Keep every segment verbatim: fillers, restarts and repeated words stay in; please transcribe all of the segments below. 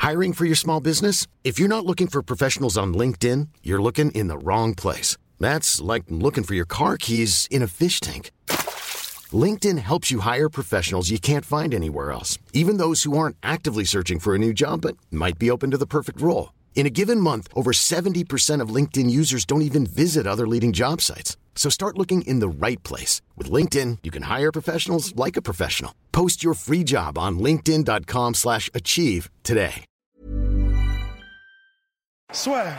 Hiring for your small business? If you're not looking for professionals on LinkedIn, you're looking in the wrong place. That's like looking for your car keys in a fish tank. LinkedIn helps you hire professionals you can't find anywhere else, even those who aren't actively searching for a new job but might be open to the perfect role. In a given month, over seventy percent of LinkedIn users don't even visit other leading job sites. So start looking in the right place. With LinkedIn, you can hire professionals like a professional. Post your free job on linkedin.com slash achieve today. Swear.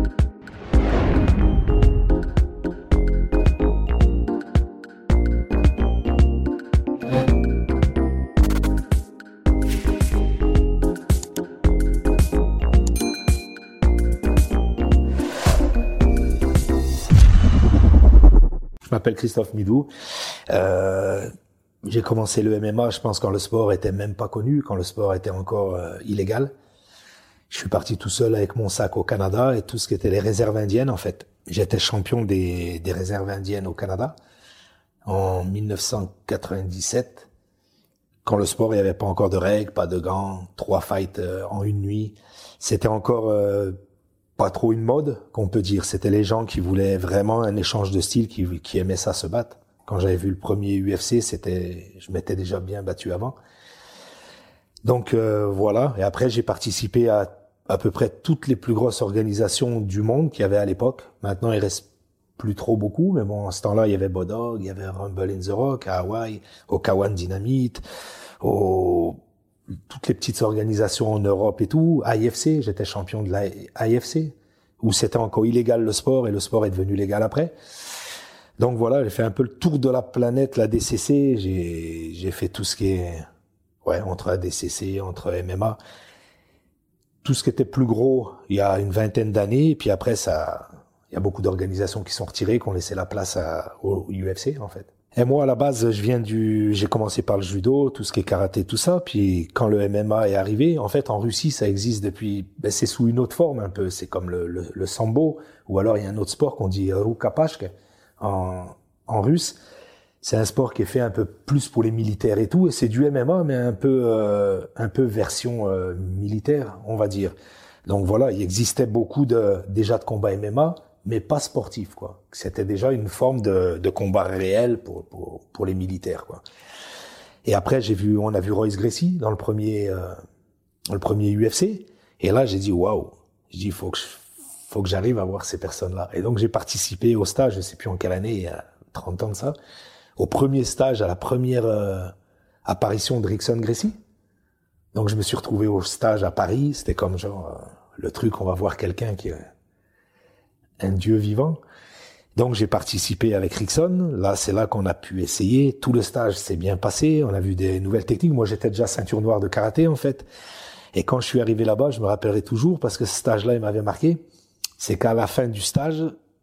Je m'appelle Christophe Midou. Euh, j'ai commencé le M M A, je pense, quand le sport était même pas connu, quand le sport était encore euh, illégal. Je suis parti tout seul avec mon sac au Canada et tout ce qui était les réserves indiennes, en fait. J'étais champion des, des réserves indiennes au Canada en dix-neuf cent quatre-vingt-dix-sept. Quand le sport, il n'y avait pas encore de règles, pas de gants, trois fights euh, en une nuit. C'était encore... Euh, pas trop une mode, qu'on peut dire. C'était les gens qui voulaient vraiment un échange de style, qui, qui aimaient ça se battre. Quand j'avais vu le premier U F C, c'était, je m'étais déjà bien battu avant. Donc euh, voilà. Et après, j'ai participé à à peu près toutes les plus grosses organisations du monde qu'il y avait à l'époque. Maintenant, il reste plus trop beaucoup, mais bon, à ce temps-là, il y avait Bodog, il y avait Rumble in the Rock à Hawaï, au Kawan Dynamite, au toutes les petites organisations en Europe et tout, A I F C, j'étais champion de la A I F C, où c'était encore illégal le sport et le sport est devenu légal après. Donc voilà, j'ai fait un peu le tour de la planète, la D C C, j'ai, j'ai fait tout ce qui est, ouais, entre A D C C, entre M M A, tout ce qui était plus gros il y a une vingtaine d'années, et puis après ça, il y a beaucoup d'organisations qui sont retirées, qui ont laissé la place à, au U F C en fait. Et moi, à la base, je viens du, j'ai commencé par le judo, tout ce qui est karaté, tout ça. Puis, quand le M M A est arrivé, en fait, en Russie, ça existe depuis, ben, c'est sous une autre forme, un peu. C'est comme le, le, le sambo. Ou alors, il y a un autre sport qu'on dit rukapashka en, en russe. C'est un sport qui est fait un peu plus pour les militaires et tout. Et c'est du M M A, mais un peu, euh, un peu version, euh, militaire, on va dire. Donc voilà, il existait beaucoup de, déjà de combats M M A, mais pas sportif, quoi. C'était déjà une forme de, de combat réel pour, pour, pour les militaires, quoi. Et après, j'ai vu, on a vu Royce Gracie dans le premier, euh, le premier U F C. Et là, j'ai dit, waouh. Je dis, faut que je, faut que j'arrive à voir ces personnes-là. Et donc, j'ai participé au stage, je sais plus en quelle année, il y a trente ans de ça, au premier stage, à la première, euh, apparition de Rickson Gracie. Donc, je me suis retrouvé au stage à Paris. C'était comme genre, euh, le truc, on va voir quelqu'un qui est un dieu vivant. Donc j'ai participé avec Rickson. Là, c'est là qu'on a pu essayer. Tout le stage s'est bien passé. On a vu des nouvelles techniques. Moi, j'étais déjà ceinture noire de karaté, en fait. Et quand je suis arrivé là-bas, je me rappellerai toujours, parce que ce stage-là, il m'avait marqué. C'est qu'à la fin du stage,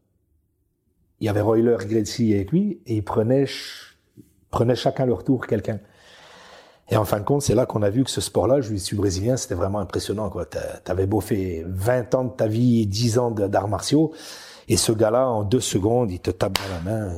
il y avait Royler Gracie avec lui, et ils prenaient, ch- prenaient chacun leur tour quelqu'un. Et en fin de compte, c'est là qu'on a vu que ce sport-là, le jiu-jitsu brésilien, c'était vraiment impressionnant, quoi. T'avais beau fait vingt ans de ta vie, dix ans d'arts martiaux, et ce gars-là, en deux secondes, il te tape dans la main.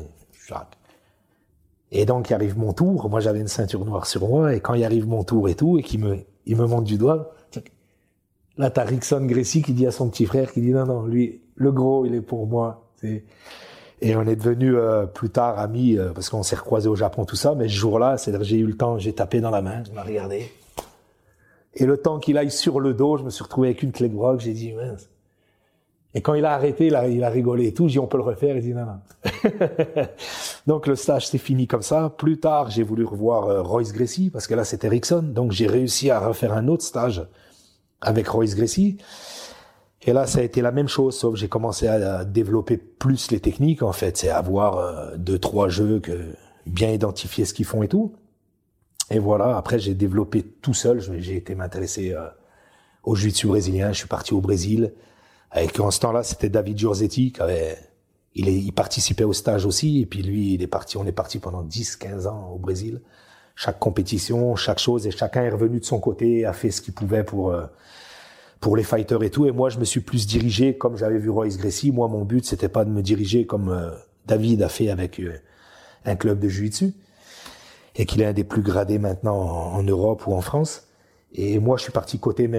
Et, et donc, il arrive mon tour. Moi, j'avais une ceinture noire sur moi, et quand il arrive mon tour et tout, et qu'il me, il me montre du doigt, là, t'as Rickson Gracie qui dit à son petit frère, qui dit non, non, lui, le gros, il est pour moi. C'est... Et on est devenus euh, plus tard amis, euh, parce qu'on s'est recroisés au Japon, tout ça. Mais ce jour-là, c'est-à-dire j'ai eu le temps, j'ai tapé dans la main, je m'ai regardé. Et le temps qu'il aille sur le dos, je me suis retrouvé avec une clé de bras que j'ai dit, mince. Et quand il a arrêté, il a, il a rigolé et tout. J'ai dit, on peut le refaire. Il dit, non, non. Donc le stage s'est fini comme ça. Plus tard, j'ai voulu revoir euh, Royce Gracie, parce que là, c'était Rickson. Donc j'ai réussi à refaire un autre stage avec Royce Gracie. Et là, ça a été la même chose, sauf que j'ai commencé à développer plus les techniques, en fait. C'est avoir euh, deux, trois jeux, que bien identifier ce qu'ils font et tout. Et voilà, après, j'ai développé tout seul. J'ai été m'intéresser euh, au jiu-jitsu brésilien. Je suis parti au Brésil. Avec, en ce temps-là, c'était David Giorzetti qui avait... Il, est, il participait au stage aussi. Et puis lui, il est parti, on est parti pendant dix, quinze ans au Brésil. Chaque compétition, chaque chose. Et chacun est revenu de son côté, a fait ce qu'il pouvait pour... Euh, pour les fighters et tout, et moi je me suis plus dirigé comme j'avais vu Royce Gracie. Moi mon but c'était pas de me diriger comme euh, David a fait avec euh, un club de jiu-jitsu, et qu'il est un des plus gradés maintenant en, en Europe ou en France, et moi je suis parti côté M M A.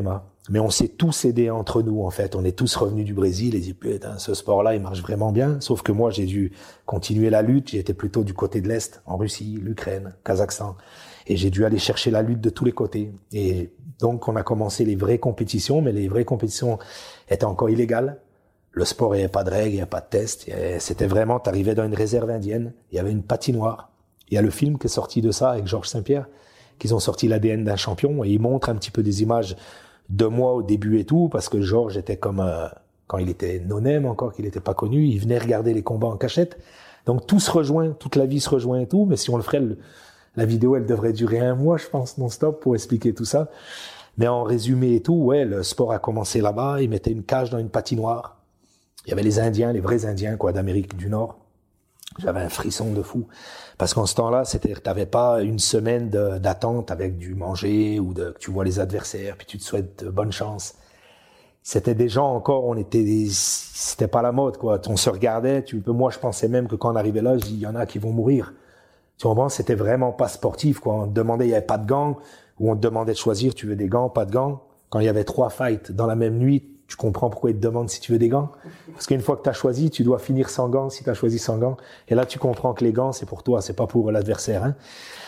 Mais on s'est tous aidés entre nous, en fait. On est tous revenus du Brésil et dit, putain, ce sport-là, il marche vraiment bien. Sauf que moi, j'ai dû continuer la lutte. J'étais plutôt du côté de l'Est, en Russie, l'Ukraine, Kazakhstan. Et j'ai dû aller chercher la lutte de tous les côtés. Et donc, on a commencé les vraies compétitions, mais les vraies compétitions étaient encore illégales. Le sport, il n'y avait pas de règles, il n'y avait pas de tests. C'était vraiment, t'arrivais dans une réserve indienne, il y avait une patinoire. Il y a le film qui est sorti de ça avec Georges Saint-Pierre, qu'ils ont sorti l'A D N d'un champion, et ils montrent un petit peu des images de moi au début et tout, parce que Georges était comme, euh, quand il était no-name encore, qu'il n'était pas connu, il venait regarder les combats en cachette. Donc tout se rejoint, toute la vie se rejoint et tout, mais si on le ferait, le, la vidéo, elle devrait durer un mois, je pense, non-stop, pour expliquer tout ça. Mais en résumé et tout, ouais, le sport a commencé là-bas, ils mettaient une cage dans une patinoire. Il y avait les Indiens, les vrais Indiens, quoi, d'Amérique du Nord. J'avais un frisson de fou. Parce qu'en ce temps-là, c'était, t'avais pas une semaine de, d'attente avec du manger ou de, tu vois les adversaires, puis tu te souhaites bonne chance. C'était des gens encore, on était des, c'était pas la mode, quoi. On se regardait, tu peux, moi, je pensais même que quand on arrivait là, je dis, il y en a qui vont mourir. Tu comprends? C'était vraiment pas sportif, quoi. On te demandait, il y avait pas de gants, ou on te demandait de choisir, tu veux des gants, pas de gants. Quand il y avait trois fights dans la même nuit, tu comprends pourquoi ils te demandent si tu veux des gants. Parce qu'une fois que tu as choisi, tu dois finir sans gants si tu as choisi sans gants. Et là, tu comprends que les gants, c'est pour toi, c'est pas pour l'adversaire. Hein.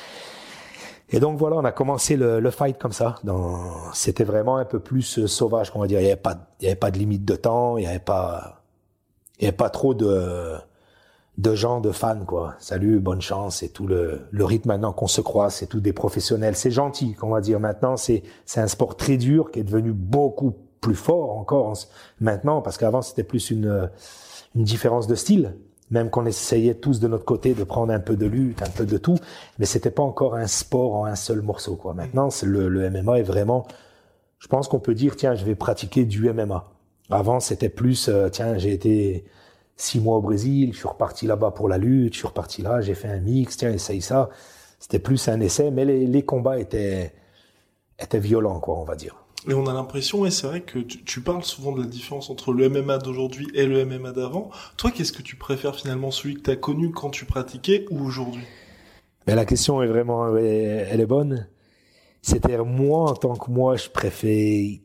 Et donc voilà, on a commencé le, le fight comme ça. Dans... C'était vraiment un peu plus sauvage, on va dire. Il n'y avait pas, il y avait pas de limite de temps, il n'y avait pas, il y avait pas trop de, de gens, de fans, quoi. Salut, bonne chance, et tout le, le rythme maintenant qu'on se croise, c'est tout des professionnels. C'est gentil, qu'on va dire. Maintenant, c'est, c'est un sport très dur qui est devenu beaucoup plus fort encore maintenant, parce qu'avant c'était plus une une différence de style, même qu'on essayait tous de notre côté de prendre un peu de lutte, un peu de tout, mais c'était pas encore un sport en un seul morceau, quoi. Maintenant, c'est le, le M M A est vraiment, je pense qu'on peut dire, tiens, je vais pratiquer du M M A. Avant, c'était plus, euh, tiens, j'ai été six mois au Brésil, je suis reparti là-bas pour la lutte, je suis reparti là, j'ai fait un mix, tiens, essaye ça. C'était plus un essai, mais les, les combats étaient étaient violents, quoi, on va dire. Et on a l'impression, et c'est vrai que tu, tu parles souvent de la différence entre le M M A d'aujourd'hui et le M M A d'avant. Toi, qu'est-ce que tu préfères finalement, celui que tu as connu quand tu pratiquais ou aujourd'hui? Ben, la question est vraiment, elle est bonne. C'est-à-dire, moi, en tant que moi, je préférais,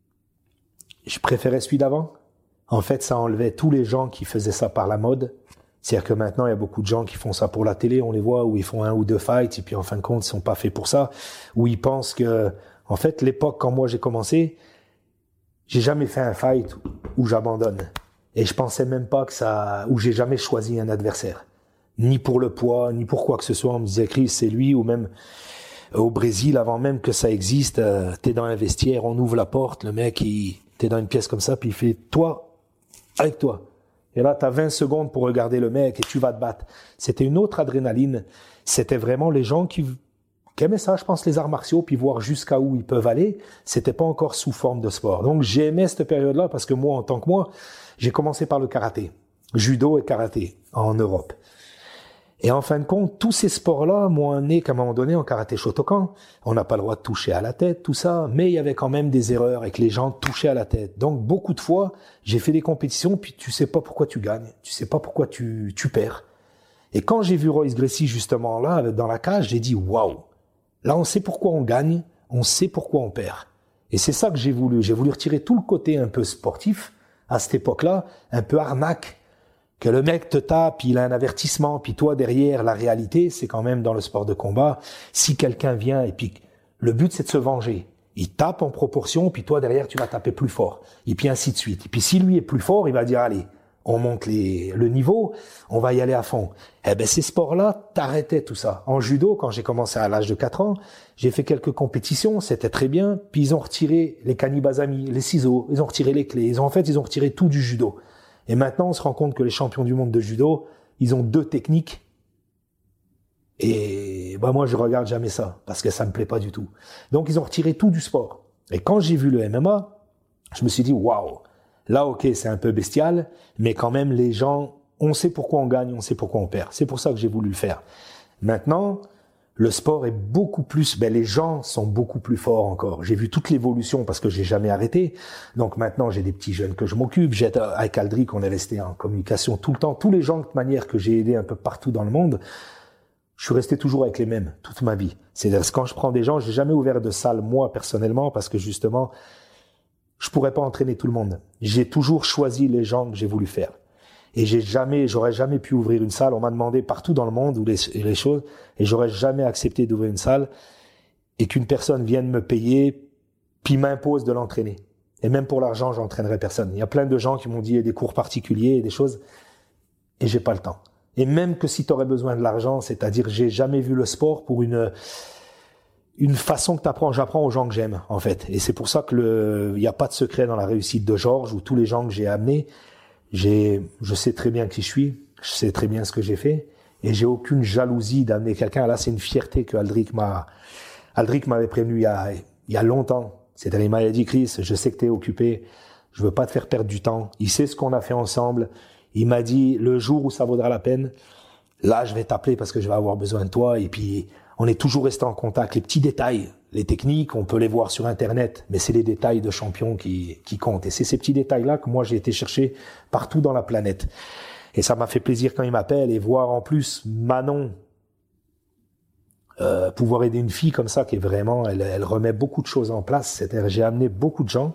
je préférais celui d'avant. En fait, ça enlevait tous les gens qui faisaient ça par la mode. C'est-à-dire que maintenant, il y a beaucoup de gens qui font ça pour la télé, on les voit, où ils font un ou deux fights, et puis en fin de compte, ils sont pas faits pour ça, où ils pensent que, en fait, l'époque, quand moi j'ai commencé, j'ai jamais fait un fight où j'abandonne. Et je pensais même pas que ça, où j'ai jamais choisi un adversaire. Ni pour le poids, ni pour quoi que ce soit. On me disait, Chris, c'est lui, ou même au Brésil, avant même que ça existe, euh, t'es dans un vestiaire, on ouvre la porte, le mec, il, t'es dans une pièce comme ça, puis il fait, toi, avec toi. Et là, t'as vingt secondes pour regarder le mec et tu vas te battre. C'était une autre adrénaline. C'était vraiment les gens qui, qui aimaient ça, je pense, les arts martiaux, puis voir jusqu'à où ils peuvent aller. C'était pas encore sous forme de sport. Donc, j'ai aimé cette période-là parce que moi, en tant que moi, j'ai commencé par le karaté. Judo et karaté en Europe. Et en fin de compte, tous ces sports-là m'ont amené qu'à un moment donné, en karaté Shotokan, on n'a pas le droit de toucher à la tête, tout ça, mais il y avait quand même des erreurs et que les gens touchaient à la tête. Donc, beaucoup de fois, j'ai fait des compétitions, puis tu sais pas pourquoi tu gagnes, tu sais pas pourquoi tu, tu perds. Et quand j'ai vu Royce Gracie, justement, là, dans la cage, j'ai dit, waouh! Là, on sait pourquoi on gagne, on sait pourquoi on perd. Et c'est ça que j'ai voulu. J'ai voulu retirer tout le côté un peu sportif, à cette époque-là, un peu arnaque, que le mec te tape, il a un avertissement, puis toi derrière, la réalité, c'est quand même dans le sport de combat, si quelqu'un vient et puis le but c'est de se venger, il tape en proportion, puis toi derrière tu vas taper plus fort, et puis ainsi de suite. Et puis si lui est plus fort, il va dire allez, on monte les, le niveau, on va y aller à fond. Eh ben ces sports-là t'arrêtaient tout ça. En judo, quand j'ai commencé à l'âge de quatre ans, j'ai fait quelques compétitions, c'était très bien, puis ils ont retiré les kanibazami, les ciseaux, ils ont retiré les clés, ils ont, en fait ils ont retiré tout du judo. Et maintenant, on se rend compte que les champions du monde de judo, ils ont deux techniques. Et bah moi, je regarde jamais ça, parce que ça me plaît pas du tout. Donc, ils ont retiré tout du sport. Et quand j'ai vu le M M A, je me suis dit, waouh, là, ok, c'est un peu bestial, mais quand même, les gens, on sait pourquoi on gagne, on sait pourquoi on perd. C'est pour ça que j'ai voulu le faire. Maintenant, le sport est beaucoup plus, ben les gens sont beaucoup plus forts encore. J'ai vu toute l'évolution parce que j'ai jamais arrêté. Donc maintenant, j'ai des petits jeunes que je m'occupe. J'ai avec Aldric, on est resté en communication tout le temps. Tous les gens de manière que j'ai aidé un peu partout dans le monde, je suis resté toujours avec les mêmes toute ma vie. C'est-à-dire quand je prends des gens, j'ai jamais ouvert de salle moi personnellement parce que justement, je pourrais pas entraîner tout le monde. J'ai toujours choisi les gens que j'ai voulu faire. Et j'ai jamais, j'aurais jamais pu ouvrir une salle. On m'a demandé partout dans le monde où les, les choses, et j'aurais jamais accepté d'ouvrir une salle et qu'une personne vienne me payer puis m'impose de l'entraîner. Et même pour l'argent, j'entraînerais personne. Il y a plein de gens qui m'ont dit des cours particuliers et des choses, et j'ai pas le temps. Et même que si tu aurais besoin de l'argent, c'est-à-dire j'ai jamais vu le sport pour une une façon que t'apprends, j'apprends aux gens que j'aime en fait. Et c'est pour ça que le, il y a pas de secret dans la réussite de Georges ou tous les gens que j'ai amenés. J'ai, je sais très bien qui je suis, je sais très bien ce que j'ai fait, et j'ai aucune jalousie d'amener quelqu'un. Là, c'est une fierté que Aldric m'a, Aldric m'avait prévenu il y a, il y a longtemps. C'est-à-dire, il m'a dit, Chris, je sais que t'es occupé, je veux pas te faire perdre du temps. Il sait ce qu'on a fait ensemble. Il m'a dit, le jour où ça vaudra la peine, là, je vais t'appeler parce que je vais avoir besoin de toi. Et puis, on est toujours resté en contact. Les petits détails, les techniques, on peut les voir sur Internet, mais c'est les détails de champion qui, qui comptent. Et c'est ces petits détails-là que moi, j'ai été chercher partout dans la planète. Et ça m'a fait plaisir quand il m'appelle et voir en plus Manon euh, pouvoir aider une fille comme ça qui est vraiment, elle, elle remet beaucoup de choses en place. C'est-à-dire, j'ai amené beaucoup de gens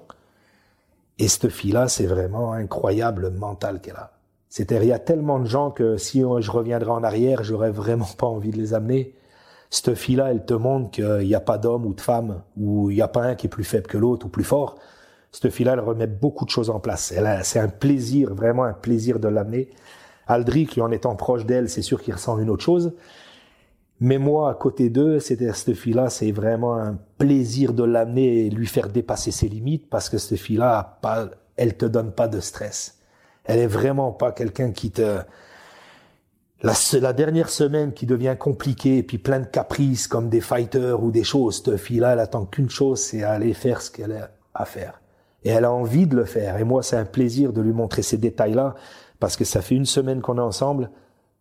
et cette fille-là, c'est vraiment incroyable le mental qu'elle a. C'est-à-dire, il y a tellement de gens que si je reviendrais en arrière, j'aurais vraiment pas envie de les amener. Cette fille-là, elle te montre qu'il n'y a pas d'homme ou de femme, ou il n'y a pas un qui est plus faible que l'autre ou plus fort. Cette fille-là, elle remet beaucoup de choses en place. Elle a, c'est un plaisir, vraiment un plaisir de l'amener. Aldric, lui, en étant proche d'elle, c'est sûr qu'il ressent une autre chose. Mais moi, à côté d'eux, c'est, cette fille-là, c'est vraiment un plaisir de l'amener et lui faire dépasser ses limites, parce que cette fille-là, a pas, elle te donne pas de stress. Elle est vraiment pas quelqu'un qui te... La, la dernière semaine qui devient compliquée, et puis plein de caprices comme des fighters ou des choses, cette fille-là, elle attend qu'une chose, c'est aller faire ce qu'elle a à faire. Et elle a envie de le faire. Et moi, c'est un plaisir de lui montrer ces détails-là, parce que ça fait une semaine qu'on est ensemble,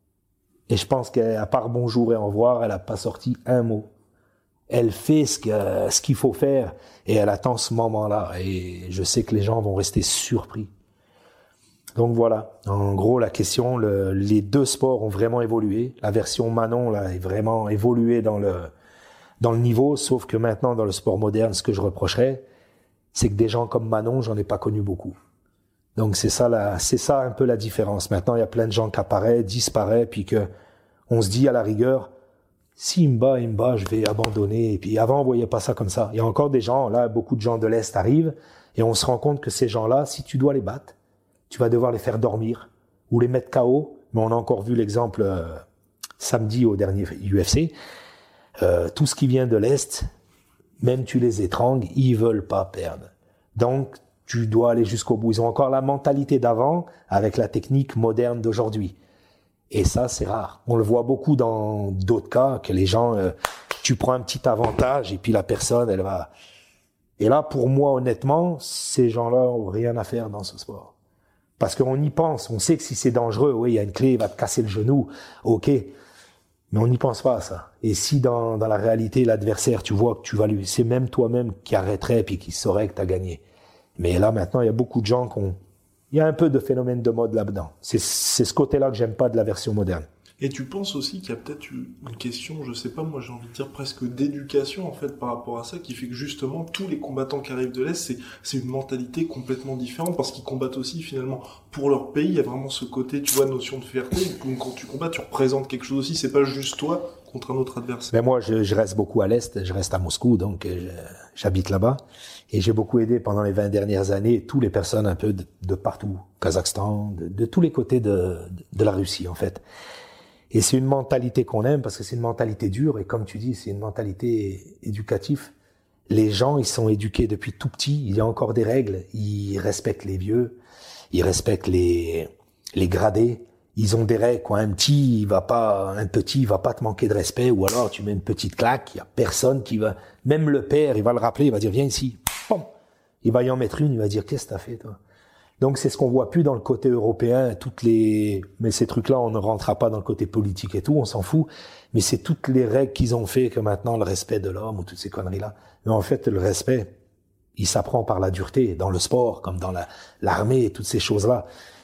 et je pense qu'à part bonjour et au revoir, elle a pas sorti un mot. Elle fait ce, que, ce qu'il faut faire, et elle attend ce moment-là. Et je sais que les gens vont rester surpris. Donc voilà, en gros la question, le, les deux sports ont vraiment évolué. La version Manon là est vraiment évoluée dans le dans le niveau, sauf que maintenant dans le sport moderne, ce que je reprocherais, c'est que des gens comme Manon, j'en ai pas connu beaucoup. Donc c'est ça la, c'est ça un peu la différence. Maintenant il y a plein de gens qui apparaissent, disparaissent, puis que on se dit à la rigueur, s'il me bat, il me bat, je vais abandonner. Et puis avant on voyait pas ça comme ça. Il y a encore des gens là, beaucoup de gens de l'Est arrivent et on se rend compte que ces gens-là, si tu dois les battre, tu vas devoir les faire dormir ou les mettre K O. Mais on a encore vu l'exemple euh, samedi au dernier U F C. Euh, tout ce qui vient de l'Est, même tu les étrangles, ils veulent pas perdre. Donc, tu dois aller jusqu'au bout. Ils ont encore la mentalité d'avant avec la technique moderne d'aujourd'hui. Et ça, c'est rare. On le voit beaucoup dans d'autres cas, que les gens, euh, tu prends un petit avantage et puis la personne, elle va... Et là, pour moi, honnêtement, ces gens-là ont rien à faire dans ce sport. Parce qu'on y pense, on sait que si c'est dangereux, oui, il y a une clé, il va te casser le genou, ok, mais on n'y pense pas à ça. Et si dans, dans la réalité, l'adversaire, tu vois que tu vas lui, c'est même toi-même qui arrêterait puis qui saurait que tu as gagné. Mais là, maintenant, il y a beaucoup de gens qui ont, il y a un peu de phénomène de mode là-dedans. C'est, c'est ce côté-là que j'aime pas de la version moderne. Et tu penses aussi qu'il y a peut-être une question, je sais pas, moi j'ai envie de dire presque d'éducation en fait par rapport à ça, qui fait que justement tous les combattants qui arrivent de l'Est, c'est, c'est une mentalité complètement différente, parce qu'ils combattent aussi finalement pour leur pays. Il y a vraiment ce côté, tu vois, notion de fierté. Quand tu combats, tu représentes quelque chose aussi, c'est pas juste toi contre un autre adversaire. Mais moi, je, je reste beaucoup à l'Est, je reste à Moscou, donc je, j'habite là-bas. Et j'ai beaucoup aidé pendant les vingt dernières années toutes les personnes un peu de, de partout, Kazakhstan, de, de tous les côtés de, de la Russie en fait. Et c'est une mentalité qu'on aime parce que c'est une mentalité dure et comme tu dis, c'est une mentalité éducative. Les gens, ils sont éduqués depuis tout petit. Il y a encore des règles. Ils respectent les vieux, ils respectent les les gradés. Ils ont des règles. Quoi. Un petit, il va pas, un petit, il va pas te manquer de respect. Ou alors tu mets une petite claque. Il y a personne qui va. Même le père, il va le rappeler. Il va dire viens ici. Pom. Il va y en mettre une. Il va dire qu'est-ce que t'as fait toi. Donc c'est ce qu'on voit plus dans le côté européen, toutes les, mais ces trucs-là, on ne rentrera pas dans le côté politique et tout, on s'en fout. Mais c'est toutes les règles qu'ils ont fait que maintenant le respect de l'homme ou toutes ces conneries-là. Mais en fait, le respect, il s'apprend par la dureté, dans le sport, comme dans la, l'armée et toutes ces choses-là.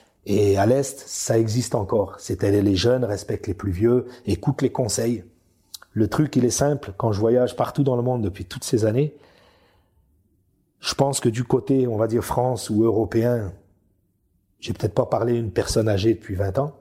Et à l'Est, ça existe encore. C'est-à-dire les jeunes respectent les plus vieux, écoutent les conseils. Le truc, il est simple. Quand je voyage partout dans le monde depuis toutes ces années, Je pense que du côté, on va dire France ou européen, j'ai peut-être pas parlé à une personne âgée depuis vingt ans,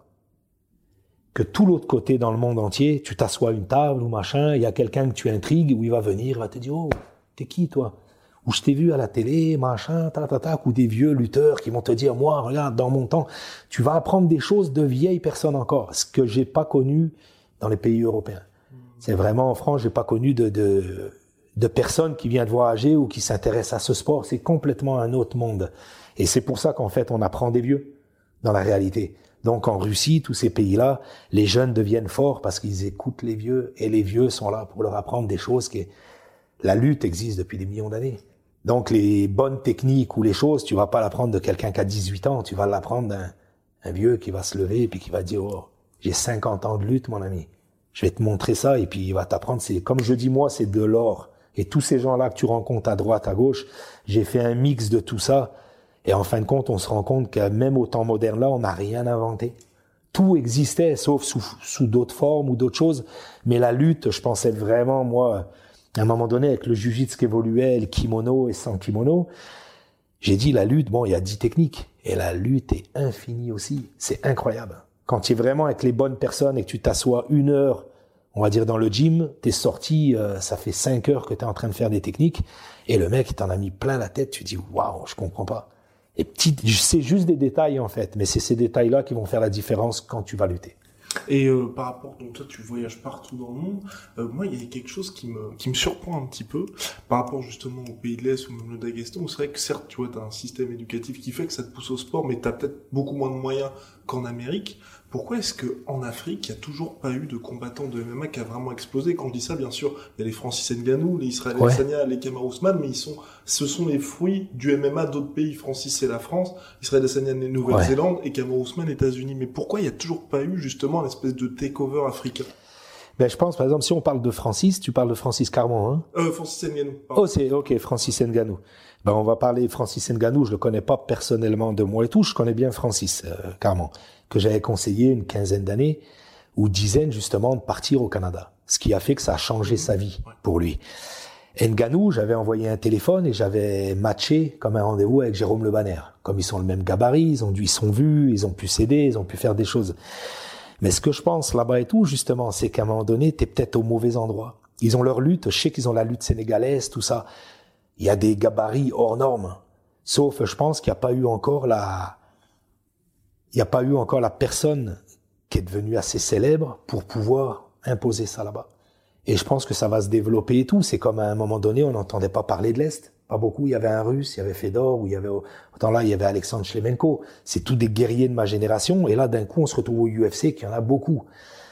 que tout l'autre côté dans le monde entier, tu t'assois à une table ou machin, il y a quelqu'un que tu intrigues, où il va venir, il va te dire, oh, t'es qui toi? Ou je t'ai vu à la télé, machin, ta, ta, ta, ou des vieux lutteurs qui vont te dire, moi, regarde, dans mon temps, tu vas apprendre des choses de vieilles personnes encore, ce que j'ai pas connu dans les pays européens. C'est vraiment, en France, j'ai pas connu de, de, de personnes qui viennent voyager ou qui s'intéressent à ce sport. C'est complètement un autre monde. Et c'est pour ça qu'en fait, on apprend des vieux dans la réalité. Donc, en Russie, tous ces pays-là, les jeunes deviennent forts parce qu'ils écoutent les vieux et les vieux sont là pour leur apprendre des choses qui, la lutte existe depuis des millions d'années. Donc, les bonnes techniques ou les choses, tu vas pas l'apprendre de quelqu'un qui a dix-huit ans, tu vas l'apprendre d'un un vieux qui va se lever et puis qui va dire, oh, j'ai cinquante ans de lutte, mon ami. Je vais te montrer ça et puis il va t'apprendre. C'est, comme je dis moi, c'est de l'or. Et tous ces gens-là que tu rencontres à droite, à gauche, j'ai fait un mix de tout ça. Et en fin de compte, on se rend compte que même au temps moderne là, on n'a rien inventé. Tout existait, sauf sous, sous d'autres formes ou d'autres choses. Mais la lutte, je pensais vraiment, moi, à un moment donné, avec le jiu-jitsu qui évoluait, le kimono et sans kimono, j'ai dit la lutte, bon, il y a dix techniques. Et la lutte est infinie aussi. C'est incroyable. Quand tu es vraiment avec les bonnes personnes et que tu t'assois une heure, on va dire dans le gym, t'es sorti, euh, ça fait cinq heures que t'es en train de faire des techniques, et le mec, il t'en a mis plein la tête, tu dis, waouh, je comprends pas. Et petit, c'est juste des détails, en fait, mais c'est ces détails-là qui vont faire la différence quand tu vas lutter. Et euh, par rapport, donc toi tu voyages partout dans le monde, euh, moi il y a quelque chose qui me qui me surprend un petit peu par rapport justement au pays de l'Est ou même le Daghestan, où c'est vrai que certes tu vois t'as un système éducatif qui fait que ça te pousse au sport, mais t'as peut-être beaucoup moins de moyens qu'en Amérique. Pourquoi est-ce que en Afrique il y a toujours pas eu de combattants de M M A qui a vraiment explosé? Quand je dis ça, bien sûr, il y a les Francis Ngannou, les Israël Adesanya, ouais. les Kamaru Usman, mais ils sont, ce sont les fruits du M M A d'autres pays. Francis c'est la France, Israël Adesanya est Nouvelle-Zélande ouais. et Kamaru Usman États-Unis. Mais pourquoi il y a toujours pas eu justement une espèce de takeover africain? Ben, je pense, par exemple, si on parle de Francis, tu parles de Francis Carmon, hein? Euh, Francis Ngannou. Pardon. Oh, c'est, ok, Francis Ngannou. Ben, on va parler Francis Ngannou, je le connais pas personnellement de moi et tout, je connais bien Francis, euh, Carmon, que j'avais conseillé une quinzaine d'années, ou dizaine, justement, de partir au Canada. Ce qui a fait que ça a changé sa vie pour lui. Ngannou, j'avais envoyé un téléphone et j'avais matché comme un rendez-vous avec Jérôme Le Banner. Comme ils sont le même gabarit, ils ont dû, ils sont vus, ils ont pu s'aider, ils ont pu faire des choses. Mais ce que je pense là-bas et tout, justement, c'est qu'à un moment donné, t'es peut-être au mauvais endroit. Ils ont leur lutte, je sais qu'ils ont la lutte sénégalaise, tout ça. Il y a des gabarits hors normes. Sauf, je pense qu'il n'y a pas eu encore la, il n'y a pas eu encore la personne qui est devenue assez célèbre pour pouvoir imposer ça là-bas. Et je pense que ça va se développer et tout. C'est comme à un moment donné, on n'entendait pas parler de l'Est. Pas beaucoup. Il y avait un Russe, il y avait Fedor, ou il y avait, autant là, il y avait Alexandre Shlemenko. C'est tous des guerriers de ma génération. Et là, d'un coup, on se retrouve au U F C, qu'il y en a beaucoup.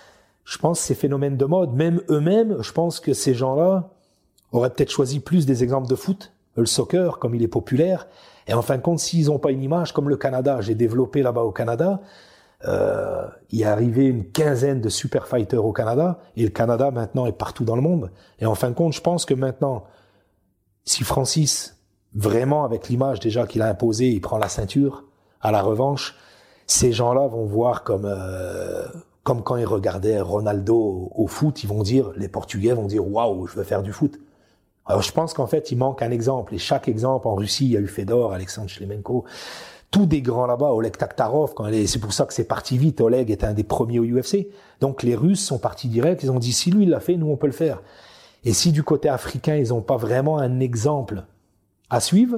Je pense que ces phénomènes de mode, même eux-mêmes, je pense que ces gens-là auraient peut-être choisi plus des exemples de foot, le soccer, comme il est populaire. Et en fin de compte, s'ils n'ont pas une image, comme le Canada, j'ai développé là-bas au Canada, euh, il est arrivé une quinzaine de super fighters au Canada, et le Canada, maintenant, est partout dans le monde. Et en fin de compte, je pense que maintenant, si Francis, vraiment avec l'image déjà qu'il a imposée, il prend la ceinture, à la revanche, ces gens-là vont voir comme euh, comme quand ils regardaient Ronaldo au, au foot, ils vont dire, les Portugais vont dire, waouh, je veux faire du foot. Alors je pense qu'en fait, il manque un exemple, et chaque exemple, en Russie, il y a eu Fedor, Alexandre Shlemenko, tous des grands là-bas, Oleg Taktarov, quand elle est, c'est pour ça que c'est parti vite, Oleg était un des premiers au U F C. Donc les Russes sont partis direct, ils ont dit, si lui il l'a fait, nous on peut le faire. Et si du côté africain, ils n'ont pas vraiment un exemple à suivre,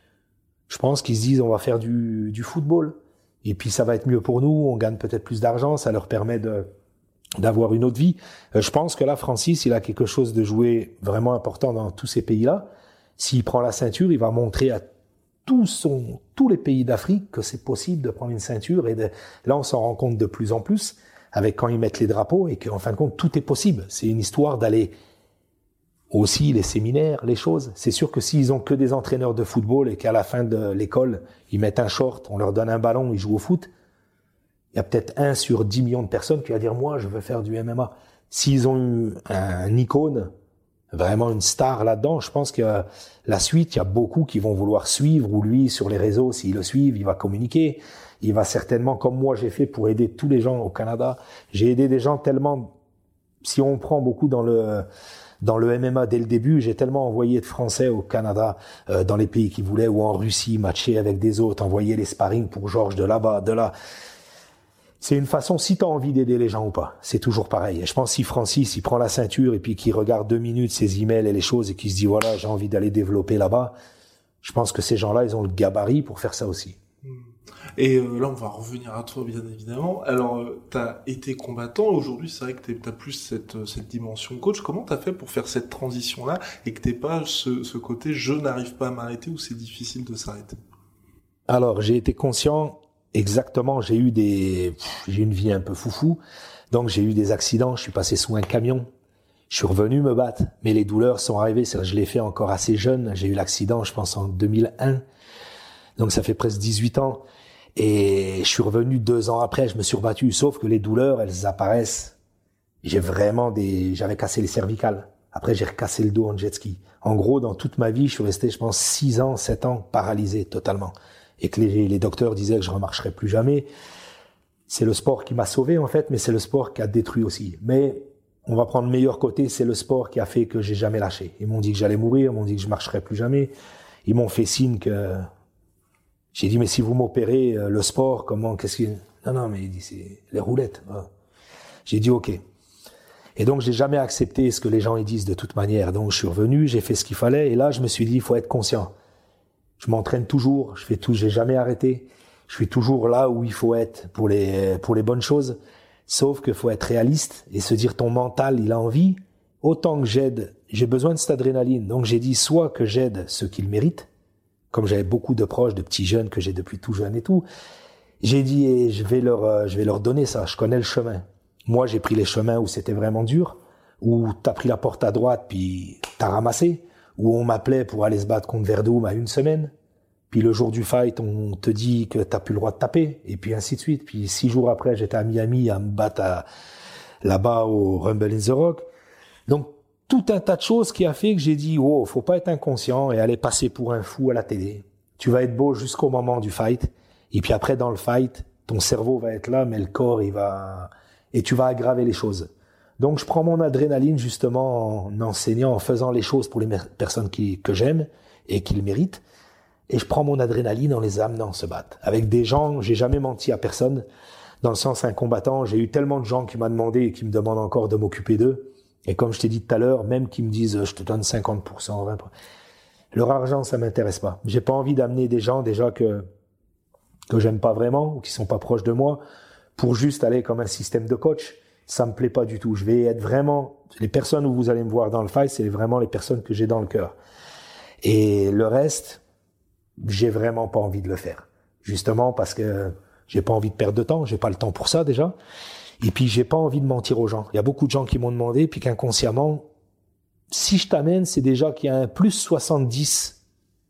je pense qu'ils se disent on va faire du, du football. Et puis ça va être mieux pour nous, on gagne peut-être plus d'argent, ça leur permet de, d'avoir une autre vie. Euh, je pense que là, Francis, il a quelque chose de jouer vraiment important dans tous ces pays-là. S'il prend la ceinture, il va montrer à tout son, tous les pays d'Afrique que c'est possible de prendre une ceinture. Et de, là, on s'en rend compte de plus en plus avec quand ils mettent les drapeaux et qu'en fin de compte, tout est possible. C'est une histoire d'aller aussi les séminaires, les choses. C'est sûr que s'ils ont que des entraîneurs de football et qu'à la fin de l'école, ils mettent un short, on leur donne un ballon, ils jouent au foot, il y a peut-être un sur dix millions de personnes qui va dire, moi, je veux faire du M M A. S'ils ont eu un icône, vraiment une star là-dedans, je pense que la suite, il y a beaucoup qui vont vouloir suivre, ou lui, sur les réseaux, s'ils le suivent, il va communiquer. Il va certainement, comme moi j'ai fait pour aider tous les gens au Canada, j'ai aidé des gens tellement, si on prend beaucoup dans le, Dans le M M A, dès le début, j'ai tellement envoyé de Français au Canada, euh, dans les pays qui voulaient, ou en Russie, matcher avec des autres, envoyer les sparring pour Georges de là-bas, de là. C'est une façon, si t'as envie d'aider les gens ou pas. C'est toujours pareil. Et je pense si Francis, il prend la ceinture et puis qu'il regarde deux minutes ses emails et les choses et qu'il se dit, voilà, j'ai envie d'aller développer là-bas, je pense que ces gens-là, ils ont le gabarit pour faire ça aussi. Et euh, là, on va revenir à toi, bien évidemment. Alors, euh, t'as été combattant. Aujourd'hui, c'est vrai que t'as plus cette, cette dimension coach. Comment t'as fait pour faire cette transition-là et que t'aies pas ce, ce côté « je n'arrive pas à m'arrêter » où c'est difficile de s'arrêter? Alors, j'ai été conscient, exactement, j'ai eu des... J'ai une vie un peu foufou. Donc, j'ai eu des accidents. Je suis passé sous un camion. Je suis revenu me battre. Mais les douleurs sont arrivées. C'est-à-dire, je l'ai fait encore assez jeune. J'ai eu l'accident, je pense, en deux mille un. Donc, ça fait presque dix-huit ans. Et je suis revenu deux ans après, je me suis rebattu, sauf que les douleurs, elles apparaissent. J'ai vraiment des, j'avais cassé les cervicales. Après, j'ai recassé le dos en jet ski. En gros, dans toute ma vie, je suis resté, je pense, six ans, sept ans, paralysé totalement. Et que les, les docteurs disaient que je ne remarcherais plus jamais. C'est le sport qui m'a sauvé, en fait, mais c'est le sport qui a détruit aussi. Mais on va prendre le meilleur côté, c'est le sport qui a fait que j'ai jamais lâché. Ils m'ont dit que j'allais mourir, ils m'ont dit que je marcherais plus jamais. Ils m'ont fait signe que, j'ai dit, mais si vous m'opérez, euh, le sport, comment, qu'est-ce que... Non, non, mais il dit, c'est les roulettes. Ah. J'ai dit, OK. Et donc, j'ai jamais accepté ce que les gens ils disent de toute manière. Donc, je suis revenu, j'ai fait ce qu'il fallait. Et là, je me suis dit, il faut être conscient. Je m'entraîne toujours, je fais tout, j'ai jamais arrêté. Je suis toujours là où il faut être pour les, pour les bonnes choses. Sauf qu'il faut être réaliste et se dire, ton mental, il a envie. Autant que j'aide, j'ai besoin de cette adrénaline. Donc, j'ai dit, soit que j'aide ceux qui le méritent, comme j'avais beaucoup de proches, de petits jeunes que j'ai depuis tout jeune et tout, j'ai dit, et je vais leur, euh, je vais leur donner ça. Je connais le chemin. Moi, j'ai pris les chemins où c'était vraiment dur, où t'as pris la porte à droite puis t'as ramassé, où on m'appelait pour aller se battre contre Verdum à une semaine. Puis le jour du fight, on te dit que t'as plus le droit de taper, et puis ainsi de suite. Puis six jours après, j'étais à Miami à me battre à, là-bas au Rumble in the Rock. Donc, tout un tas de choses qui a fait que j'ai dit, oh, faut pas être inconscient et aller passer pour un fou à la télé. Tu vas être beau jusqu'au moment du fight. Et puis après, dans le fight, ton cerveau va être là, mais le corps, il va, et tu vas aggraver les choses. Donc, je prends mon adrénaline, justement, en enseignant, en faisant les choses pour les personnes qui, que j'aime et qui le méritent. Et je prends mon adrénaline en les amenant se battre. Avec des gens, j'ai jamais menti à personne. Dans le sens, un combattant, j'ai eu tellement de gens qui m'ont demandé et qui me demandent encore de m'occuper d'eux. Et comme je t'ai dit tout à l'heure, même qui me disent, je te donne cinquante pour cent, vingt pour cent. Leur argent, ça m'intéresse pas. J'ai pas envie d'amener des gens, déjà, que, que j'aime pas vraiment, ou qui sont pas proches de moi, pour juste aller comme un système de coach. Ça me plaît pas du tout. Je vais être vraiment, les personnes où vous allez me voir dans le fight, c'est vraiment les personnes que j'ai dans le cœur. Et le reste, j'ai vraiment pas envie de le faire. Justement parce que j'ai pas envie de perdre de temps, j'ai pas le temps pour ça, déjà. Et puis, j'ai pas envie de mentir aux gens. Il y a beaucoup de gens qui m'ont demandé, puis qu'inconsciemment, si je t'amène, c'est déjà qu'il y a un plus soixante-dix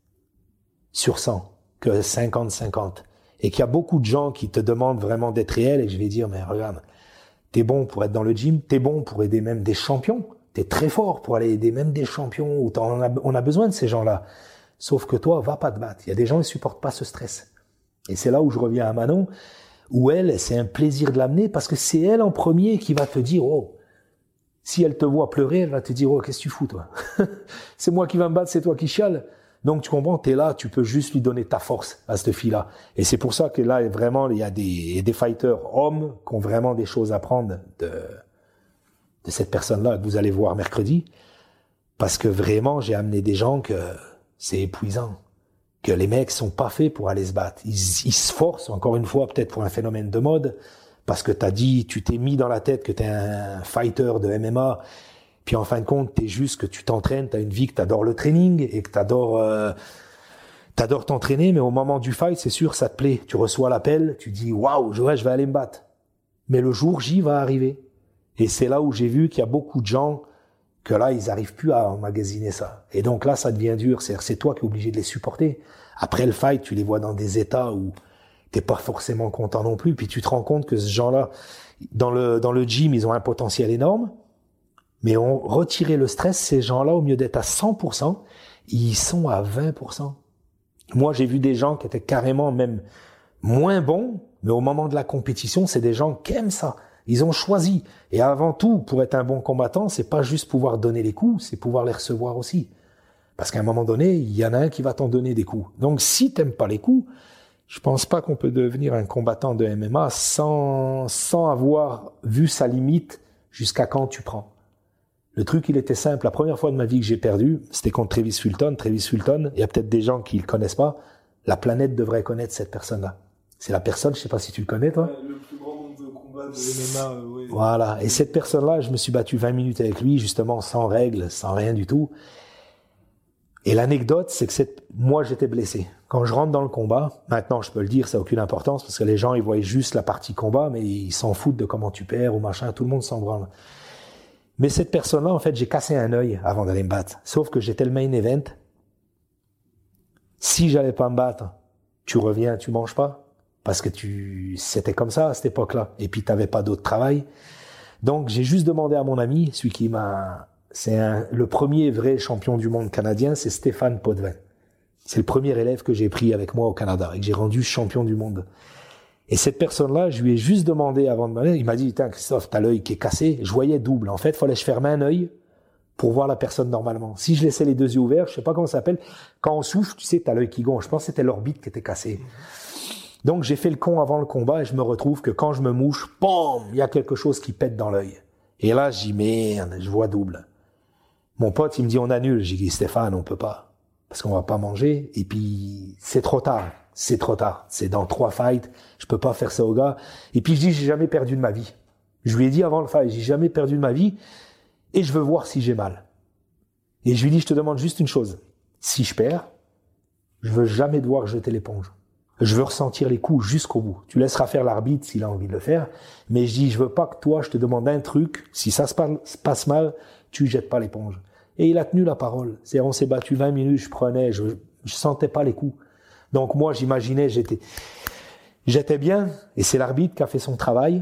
sur cent que cinquante cinquante. Et qu'il y a beaucoup de gens qui te demandent vraiment d'être réel, et que je vais dire, mais regarde, t'es bon pour être dans le gym, t'es bon pour aider même des champions, t'es très fort pour aller aider même des champions, où on a, on a besoin de ces gens-là. Sauf que toi, va pas te battre. Il y a des gens qui supportent pas ce stress. Et c'est là où je reviens à Manon, où elle, c'est un plaisir de l'amener parce que c'est elle en premier qui va te dire, oh, si elle te voit pleurer, elle va te dire, oh, qu'est-ce que tu fous, toi? C'est moi qui va me battre, c'est toi qui chiale. Donc, tu comprends, t'es là, tu peux juste lui donner ta force à cette fille-là. Et c'est pour ça que là, vraiment, il y a des, des fighters hommes qui ont vraiment des choses à prendre de, de cette personne-là que vous allez voir mercredi. Parce que vraiment, j'ai amené des gens que c'est épuisant. Que les mecs sont pas faits pour aller se battre. Ils, ils se forcent, encore une fois, peut-être pour un phénomène de mode, parce que t'as dit, tu t'es mis dans la tête que t'es un fighter de M M A, puis en fin de compte, t'es juste que tu t'entraînes, t'as une vie que t'adores le training, et que t'adores, euh, t'adores t'entraîner, mais au moment du fight, c'est sûr, ça te plaît. Tu reçois l'appel, tu dis, waouh, ouais, je vais aller me battre. Mais le jour J va arriver. Et c'est là où j'ai vu qu'il y a beaucoup de gens que là, ils arrivent plus à emmagasiner ça. Et donc là, ça devient dur. C'est-à-dire, c'est toi qui es obligé de les supporter. Après le fight, tu les vois dans des états où t'es pas forcément content non plus. Puis tu te rends compte que ce genre-là, dans le, dans le gym, ils ont un potentiel énorme. Mais on retirait le stress, ces gens-là, au mieux d'être à cent pour cent, ils sont à vingt pour cent. Moi, j'ai vu des gens qui étaient carrément même moins bons, mais au moment de la compétition, c'est des gens qui aiment ça. Ils ont choisi. Et avant tout, pour être un bon combattant, c'est pas juste pouvoir donner les coups, c'est pouvoir les recevoir aussi. Parce qu'à un moment donné, il y en a un qui va t'en donner des coups. Donc, si t'aimes pas les coups, je pense pas qu'on peut devenir un combattant de M M A sans, sans avoir vu sa limite jusqu'à quand tu prends. Le truc, il était simple. La première fois de ma vie que j'ai perdu, c'était contre Travis Fulton. Travis Fulton, il y a peut-être des gens qui le connaissent pas. La planète devrait connaître cette personne-là. C'est la personne, je sais pas si tu le connais, toi. Ouais, le plus grand nombre de combats de M M A, euh, oui. Voilà. Et cette personne-là, je me suis battu vingt minutes avec lui, justement, sans règles, sans rien du tout. Et l'anecdote, c'est que cette... moi, j'étais blessé. Quand je rentre dans le combat, maintenant, je peux le dire, ça n'a aucune importance, parce que les gens, ils voient juste la partie combat, mais ils s'en foutent de comment tu perds ou machin, tout le monde s'en branle. Mais cette personne-là, en fait, j'ai cassé un œil avant d'aller me battre. Sauf que j'étais le main event. Si j'allais pas me battre, tu reviens, tu manges pas. Parce que tu, c'était comme ça à cette époque-là. Et puis, t'avais pas d'autre travail. Donc, j'ai juste demandé à mon ami, celui qui m'a, c'est un, le premier vrai champion du monde canadien, c'est Stéphane Potvin. C'est le premier élève que j'ai pris avec moi au Canada et que j'ai rendu champion du monde. Et cette personne-là, je lui ai juste demandé avant de m'aller, il m'a dit, tiens, Christophe, t'as l'œil qui est cassé. Je voyais double. En fait, il fallait que je ferme un œil pour voir la personne normalement. Si je laissais les deux yeux ouverts, je sais pas comment ça s'appelle, quand on souffle, tu sais, t'as l'œil qui gonfle. Je pense que c'était l'orbite qui était cassée. Donc, j'ai fait le con avant le combat et je me retrouve que quand je me mouche, pom, il y a quelque chose qui pète dans l'œil. Et là, je dis, merde, je vois double. Mon pote, il me dit, on annule. J'ai dit, Stéphane, on peut pas. Parce qu'on va pas manger. Et puis, c'est trop tard. C'est trop tard. C'est dans trois fights. Je peux pas faire ça au gars. Et puis, je dis, j'ai jamais perdu de ma vie. Je lui ai dit avant le fight, j'ai jamais perdu de ma vie. Et je veux voir si j'ai mal. Et je lui dis, je te demande juste une chose. Si je perds, je veux jamais devoir jeter l'éponge. Je veux ressentir les coups jusqu'au bout. Tu laisseras faire l'arbitre s'il a envie de le faire. Mais je dis, je veux pas que toi, je te demande un truc. Si ça se passe mal, tu jettes pas l'éponge. Et il a tenu la parole. C'est, on s'est battu vingt minutes, je prenais, je, je sentais pas les coups. Donc moi, j'imaginais, j'étais, j'étais bien. Et c'est l'arbitre qui a fait son travail.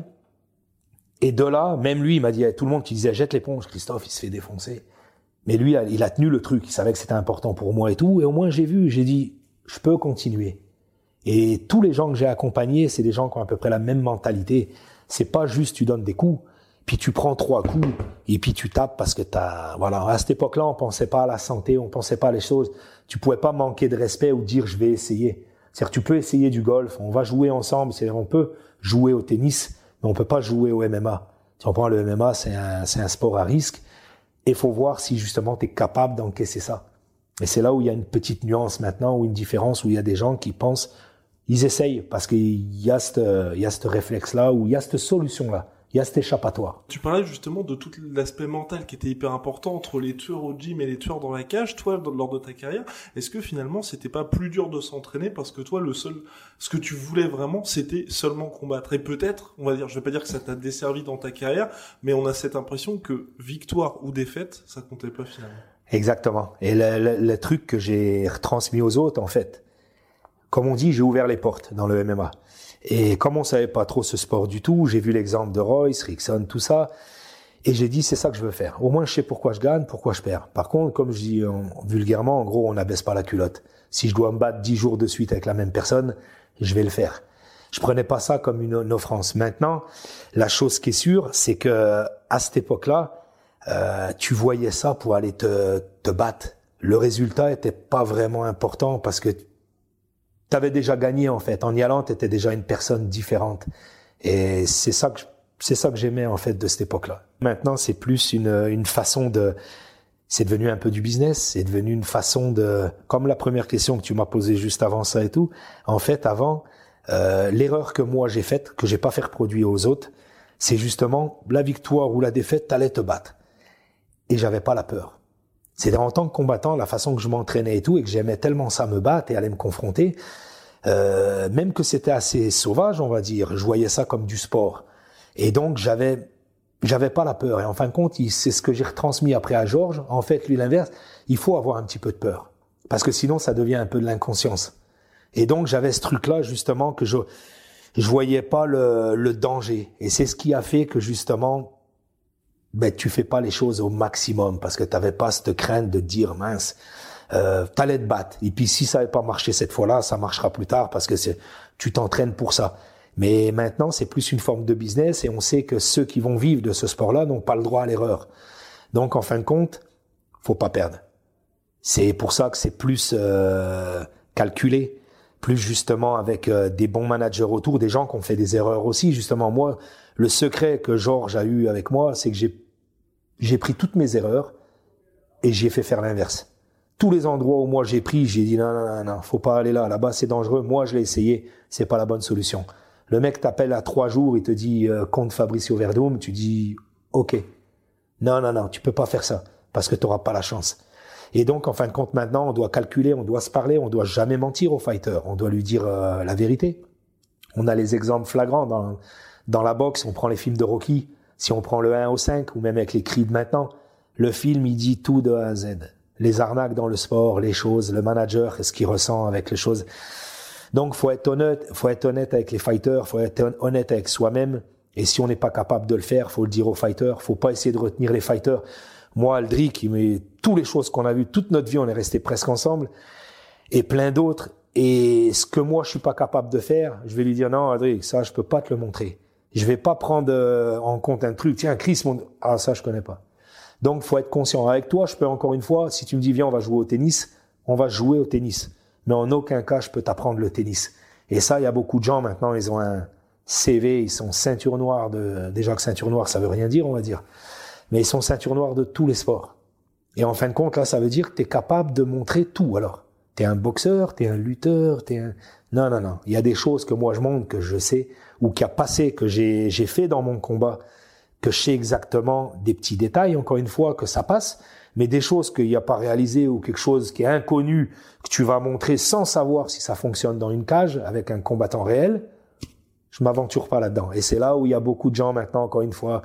Et de là, même lui, il m'a dit, tout le monde qui disait, jette l'éponge, Christophe, il se fait défoncer. Mais lui, il a tenu le truc. Il savait que c'était important pour moi et tout. Et au moins, j'ai vu, j'ai dit, je peux continuer. Et tous les gens que j'ai accompagnés, c'est des gens qui ont à peu près la même mentalité. C'est pas juste tu donnes des coups, puis tu prends trois coups, et puis tu tapes parce que t'as, voilà. À cette époque-là, on pensait pas à la santé, on pensait pas à les choses. Tu pouvais pas manquer de respect ou dire je vais essayer. C'est-à-dire, tu peux essayer du golf, on va jouer ensemble, c'est-à-dire, on peut jouer au tennis, mais on peut pas jouer au M M A. Si on prend le M M A, c'est un, c'est un sport à risque. Et faut voir si justement t'es capable d'encaisser ça. Et c'est là où il y a une petite nuance maintenant, ou une différence, où il y a des gens qui pensent, ils essayent, parce qu'il y a ce, il y a ce réflexe-là, ou il y a cette solution-là, il y a cet échappatoire. Tu parlais justement de tout l'aspect mental qui était hyper important entre les tueurs au gym et les tueurs dans la cage. Toi, lors de ta carrière, est-ce que finalement, c'était pas plus dur de s'entraîner parce que toi, le seul, ce que tu voulais vraiment, c'était seulement combattre. Et peut-être, on va dire, je vais pas dire que ça t'a desservi dans ta carrière, mais on a cette impression que victoire ou défaite, ça comptait pas finalement. Exactement. Et le, le, le truc que j'ai retransmis aux autres, en fait, comme on dit, j'ai ouvert les portes dans le M M A. Et comme on savait pas trop ce sport du tout, j'ai vu l'exemple de Royce, Rickson, tout ça, et j'ai dit c'est ça que je veux faire. Au moins je sais pourquoi je gagne, pourquoi je perds. Par contre, comme je dis en, vulgairement, en gros, on n'abaisse pas la culotte. Si je dois me battre dix jours de suite avec la même personne, je vais le faire. Je prenais pas ça comme une, une offense. Maintenant, la chose qui est sûre, c'est que à cette époque-là, euh, tu voyais ça pour aller te, te battre. Le résultat était pas vraiment important parce que t'avais déjà gagné, en fait. En y allant, t'étais déjà une personne différente. Et c'est ça que, c'est ça que j'aimais, en fait, de cette époque-là. Maintenant, c'est plus une, une façon de, c'est devenu un peu du business. C'est devenu une façon de, comme la première question que tu m'as posée juste avant ça et tout. En fait, avant, euh, l'erreur que moi j'ai faite, que j'ai pas fait reproduire aux autres, c'est justement la victoire ou la défaite, t'allais te battre. Et j'avais pas la peur. C'est en tant que combattant, la façon que je m'entraînais et tout, et que j'aimais tellement ça me battre et aller me confronter, euh, même que c'était assez sauvage, on va dire, je voyais ça comme du sport. Et donc, j'avais, j'avais pas la peur. Et en fin de compte, c'est ce que j'ai retransmis après à Georges. En fait, lui, l'inverse, il faut avoir un petit peu de peur. Parce que sinon, ça devient un peu de l'inconscience. Et donc, j'avais ce truc-là, justement, que je, je voyais pas le, le danger. Et c'est ce qui a fait que, justement, ben tu fais pas les choses au maximum parce que t'avais pas cette crainte de dire mince, euh, t'allais te battre. Et puis si ça n'avait pas marché cette fois-là, ça marchera plus tard parce que c'est, tu t'entraînes pour ça. Mais maintenant, c'est plus une forme de business et on sait que ceux qui vont vivre de ce sport-là n'ont pas le droit à l'erreur. Donc, en fin de compte, faut pas perdre. C'est pour ça que c'est plus euh, calculé, plus justement avec euh, des bons managers autour, des gens qui ont fait des erreurs aussi. Justement, moi, le secret que Georges a eu avec moi, c'est que j'ai j'ai pris toutes mes erreurs et j'ai fait faire l'inverse. Tous les endroits où moi j'ai pris, j'ai dit non, non, non, non, faut pas aller là. Là-bas, c'est dangereux. Moi, je l'ai essayé. C'est pas la bonne solution. Le mec t'appelle à trois jours, il te dit euh, compte Fabricio Verdum, tu dis ok. Non, non, non, tu peux pas faire ça parce que tu n'auras pas la chance. Et donc, en fin de compte, maintenant, on doit calculer, on doit se parler, on doit jamais mentir au fighter. On doit lui dire euh, la vérité. On a les exemples flagrants dans dans la boxe. On prend les films de Rocky. Si on prend le un au cinq ou même avec les Creed maintenant, le film il dit tout de A à Z. Les arnaques dans le sport, les choses, le manager, ce qu'il ressent avec les choses. Donc, faut être honnête, faut être honnête avec les fighters, faut être honnête avec soi-même. Et si on n'est pas capable de le faire, faut le dire aux fighters. Faut pas essayer de retenir les fighters. Moi, Aldric, mais toutes les choses qu'on a vues, toute notre vie, on est restés presque ensemble, et plein d'autres. Et ce que moi je suis pas capable de faire, je vais lui dire non, Aldric, ça je peux pas te le montrer. Je vais pas prendre euh, en compte un truc. Tiens, Chris, mon... ah ça je connais pas. Donc faut être conscient. Avec toi, je peux encore une fois, si tu me dis viens, on va jouer au tennis, on va jouer au tennis. Mais en aucun cas je peux t'apprendre le tennis. Et ça, il y a beaucoup de gens maintenant, ils ont un C V, ils sont ceinture noire de. Déjà que ceinture noire, ça veut rien dire, on va dire. Mais ils sont ceinture noire de tous les sports. Et en fin de compte, là, ça veut dire que t'es capable de montrer tout, alors. T'es un boxeur, t'es un lutteur, t'es un... Non, non, non. Il y a des choses que moi je montre, que je sais, ou qui a passé, que j'ai, j'ai fait dans mon combat, que je sais exactement des petits détails, encore une fois, que ça passe, mais des choses qu'il n'y a pas réalisées ou quelque chose qui est inconnu, que tu vas montrer sans savoir si ça fonctionne dans une cage, avec un combattant réel, je m'aventure pas là-dedans. Et c'est là où il y a beaucoup de gens maintenant, encore une fois,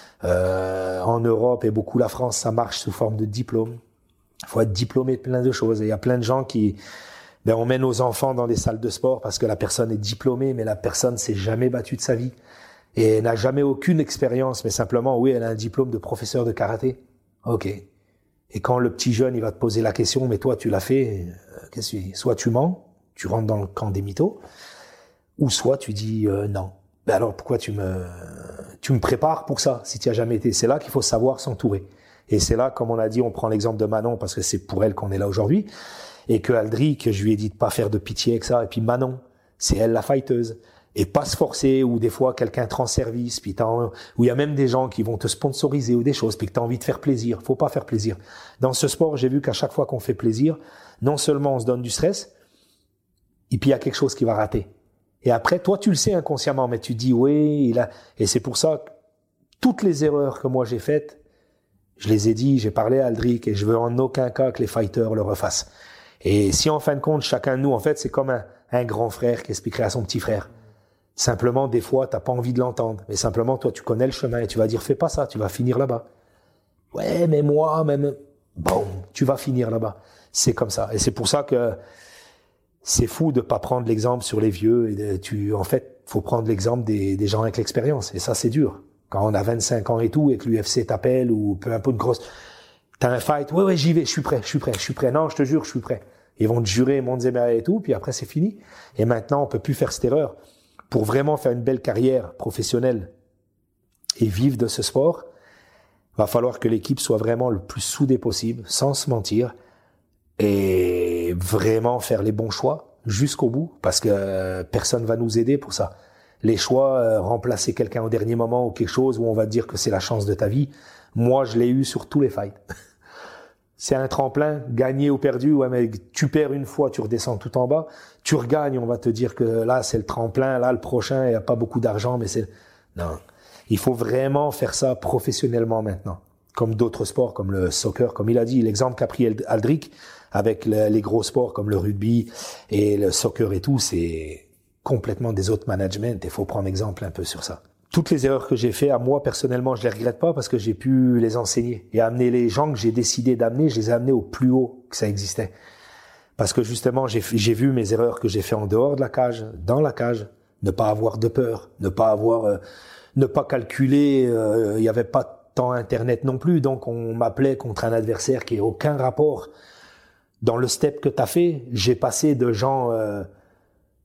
euh, en Europe et beaucoup la France, ça marche sous forme de diplôme. Il faut être diplômé de plein de choses. Et il y a plein de gens qui, ben, on met nos enfants dans des salles de sport parce que la personne est diplômée, mais la personne s'est jamais battue de sa vie et n'a jamais aucune expérience, mais simplement, oui, elle a un diplôme de professeur de karaté. Ok. Et quand le petit jeune, il va te poser la question, mais toi, tu l'as fait, euh, qu'est-ce que tu dis? Soit tu mens, tu rentres dans le camp des mythos, ou soit tu dis euh, non. Ben alors, pourquoi tu me, tu me prépares pour ça, si tu as jamais été? C'est là qu'il faut savoir s'entourer. Et c'est là, comme on a dit, on prend l'exemple de Manon parce que c'est pour elle qu'on est là aujourd'hui. Et que Aldric, je lui ai dit de pas faire de pitié avec ça. Et puis Manon, c'est elle la fighteuse. Et pas se forcer, ou des fois quelqu'un te rend service, puis t'as, où il y a même des gens qui vont te sponsoriser ou des choses, puis que t'as envie de faire plaisir. Faut pas faire plaisir. Dans ce sport, j'ai vu qu'à chaque fois qu'on fait plaisir, non seulement on se donne du stress, et puis il y a quelque chose qui va rater. Et après, toi, tu le sais inconsciemment, mais tu dis, oui, il a, et c'est pour ça que toutes les erreurs que moi j'ai faites, je les ai dit, j'ai parlé à Aldric et je veux en aucun cas que les fighters le refassent. Et si en fin de compte, chacun de nous, en fait, c'est comme un, un grand frère qui expliquerait à son petit frère. Simplement, des fois, t'as pas envie de l'entendre. Mais simplement, toi, tu connais le chemin et tu vas dire, fais pas ça, tu vas finir là-bas. Ouais, mais moi, même, bon, tu vas finir là-bas. C'est comme ça. Et c'est pour ça que c'est fou de pas prendre l'exemple sur les vieux. Et de, tu, en fait, faut prendre l'exemple des, des gens avec l'expérience. Et ça, c'est dur. Quand on a vingt-cinq ans et tout, et que l'U F C t'appelle, ou peu importe, grosse, t'as un fight, ouais, ouais, j'y vais, je suis prêt, je suis prêt, je suis prêt. Non, je te jure, je suis prêt. Ils vont te jurer, Montzemera et tout, puis après, c'est fini. Et maintenant, on peut plus faire cette erreur. Pour vraiment faire une belle carrière professionnelle et vivre de ce sport, va falloir que l'équipe soit vraiment le plus soudée possible, sans se mentir, et vraiment faire les bons choix jusqu'au bout, parce que euh, personne va nous aider pour ça. Les choix, euh, remplacer quelqu'un au dernier moment ou quelque chose où on va te dire que c'est la chance de ta vie. Moi, je l'ai eu sur tous les fights. C'est un tremplin, gagné ou perdu. Ouais, mais tu perds une fois, tu redescends tout en bas. Tu regagnes, on va te dire que là, c'est le tremplin. Là, le prochain, il n'y a pas beaucoup d'argent, mais c'est... Non. Il faut vraiment faire ça professionnellement maintenant. Comme d'autres sports, comme le soccer, comme il a dit. L'exemple qu'a pris Aldric, avec le, les gros sports comme le rugby et le soccer et tout, c'est complètement des autres managements. Il faut prendre exemple un peu sur ça. Toutes les erreurs que j'ai fait, à moi, personnellement, je les regrette pas parce que j'ai pu les enseigner. Et amener les gens que j'ai décidé d'amener, je les ai amenés au plus haut que ça existait. Parce que justement, j'ai, j'ai vu mes erreurs que j'ai fait en dehors de la cage, dans la cage. Ne pas avoir de peur, ne pas avoir, euh, ne pas calculer, euh, il y avait pas tant Internet non plus. Donc, on m'appelait contre un adversaire qui n'a aucun rapport. Dans le step que t'as fait, j'ai passé de gens, euh,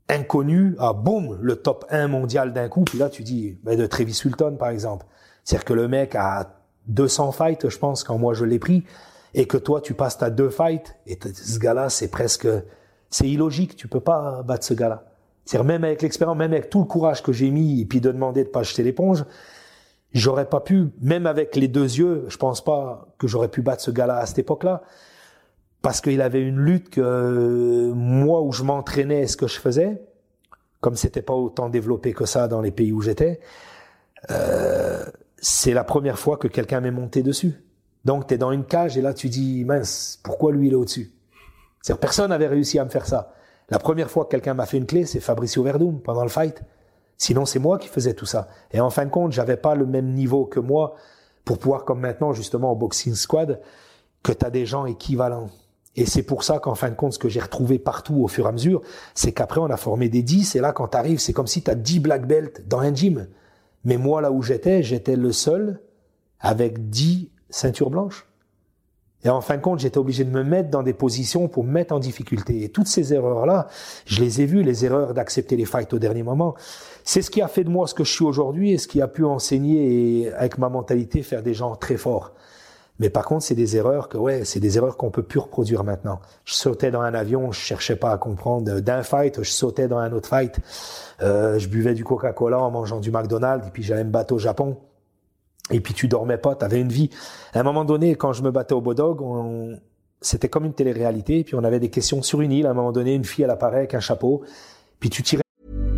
inconnu à boum, le top un mondial d'un coup. Puis là, tu dis, ben, de Travis Fulton, par exemple. C'est-à-dire que le mec a deux cents fights, je pense, quand moi je l'ai pris, et que toi, tu passes ta deux fights, et ce gars-là, c'est presque, c'est illogique. Tu peux pas battre ce gars-là. C'est-à-dire, même avec l'expérience, même avec tout le courage que j'ai mis, et puis de demander de pas jeter l'éponge, j'aurais pas pu, même avec les deux yeux, je pense pas que j'aurais pu battre ce gars-là à cette époque-là. Parce qu'il avait une lutte que euh, moi, où je m'entraînais, ce que je faisais, comme c'était pas autant développé que ça dans les pays où j'étais, euh, c'est la première fois que quelqu'un m'est monté dessus. Donc t'es dans une cage et là tu dis mince, pourquoi lui il est au-dessus? C'est-à-dire personne n'avait réussi à me faire ça. La première fois que quelqu'un m'a fait une clé, c'est Fabricio Werdum pendant le fight. Sinon c'est moi qui faisais tout ça. Et en fin de compte, j'avais pas le même niveau que moi pour pouvoir, comme maintenant justement au Boxing Squad, que t'as des gens équivalents. Et c'est pour ça qu'en fin de compte, ce que j'ai retrouvé partout au fur et à mesure, c'est qu'après, on a formé des dix, et là, quand t'arrives, c'est comme si t'as dix black belts dans un gym. Mais moi, là où j'étais, j'étais le seul avec dix ceintures blanches. Et en fin de compte, j'étais obligé de me mettre dans des positions pour me mettre en difficulté. Et toutes ces erreurs-là, je les ai vues, les erreurs d'accepter les fights au dernier moment. C'est ce qui a fait de moi ce que je suis aujourd'hui et ce qui a pu enseigner et, avec ma mentalité, faire des gens très forts. Mais par contre, c'est des erreurs que, ouais, c'est des erreurs qu'on peut plus reproduire maintenant. Je sautais dans un avion, je cherchais pas à comprendre. D'un fight, je sautais dans un autre fight. Euh, je buvais du Coca-Cola en mangeant du McDonald's, et puis j'allais me battre au Japon. Et puis tu dormais pas, t'avais une vie. À un moment donné, quand je me battais au Bodog, on... c'était comme une télé-réalité, et puis on avait des questions sur une île. À un moment donné, une fille, elle apparaît avec un chapeau, puis tu tirais.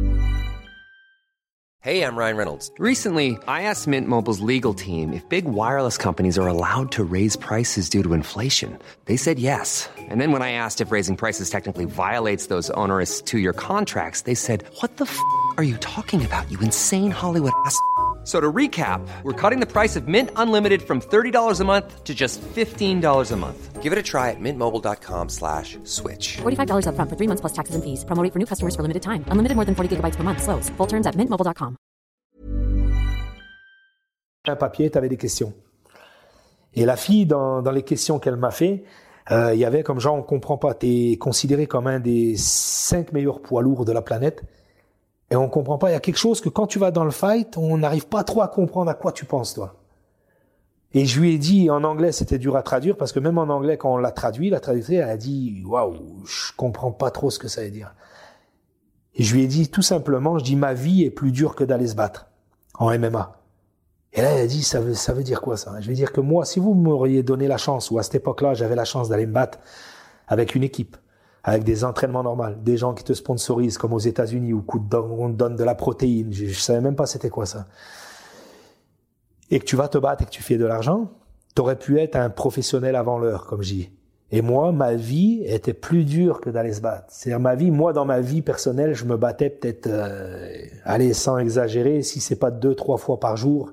Hey, I'm Ryan Reynolds. Recently, I asked Mint Mobile's legal team if big wireless companies are allowed to raise prices due to inflation. They said yes. And then when I asked if raising prices technically violates those onerous two-year contracts, they said, what the f*** are you talking about, you insane Hollywood ass f- So to recap, we're cutting the price of Mint Unlimited from thirty dollars a month to just fifteen dollars a month. Give it a try at mintmobile.com slash switch. forty-five dollars up front for three months plus taxes and fees. Promo rate for new customers for limited time. Unlimited more than forty gigabytes per month. Slows full terms at mint mobile dot com. Un papier, t'avais des questions. Et la fille, dans, dans les questions qu'elle m'a fait, euh, il y avait comme genre, on comprend pas, t'es considéré comme un des cinq meilleurs poids lourds de la planète. Et on comprend pas, il y a quelque chose que quand tu vas dans le fight, on n'arrive pas trop à comprendre à quoi tu penses, toi. Et je lui ai dit, en anglais, c'était dur à traduire, parce que même en anglais, quand on l'a traduit, la traductrice, elle a dit, waouh, je comprends pas trop ce que ça veut dire. Et je lui ai dit, tout simplement, je dis, ma vie est plus dure que d'aller se battre en M M A. Et là, elle a dit, ça veut, ça veut dire quoi, ça? Je vais dire que moi, si vous m'auriez donné la chance, ou à cette époque-là, j'avais la chance d'aller me battre avec une équipe, avec des entraînements normaux, des gens qui te sponsorisent, comme aux États-Unis, où on te donne de la protéine. Je, je savais même pas c'était quoi ça. Et que tu vas te battre et que tu fais de l'argent, t'aurais pu être un professionnel avant l'heure, comme je dis. Et moi, ma vie était plus dure que d'aller se battre. C'est-à-dire, ma vie, moi, dans ma vie personnelle, je me battais peut-être, euh, allez, sans exagérer, si c'est pas deux, trois fois par jour.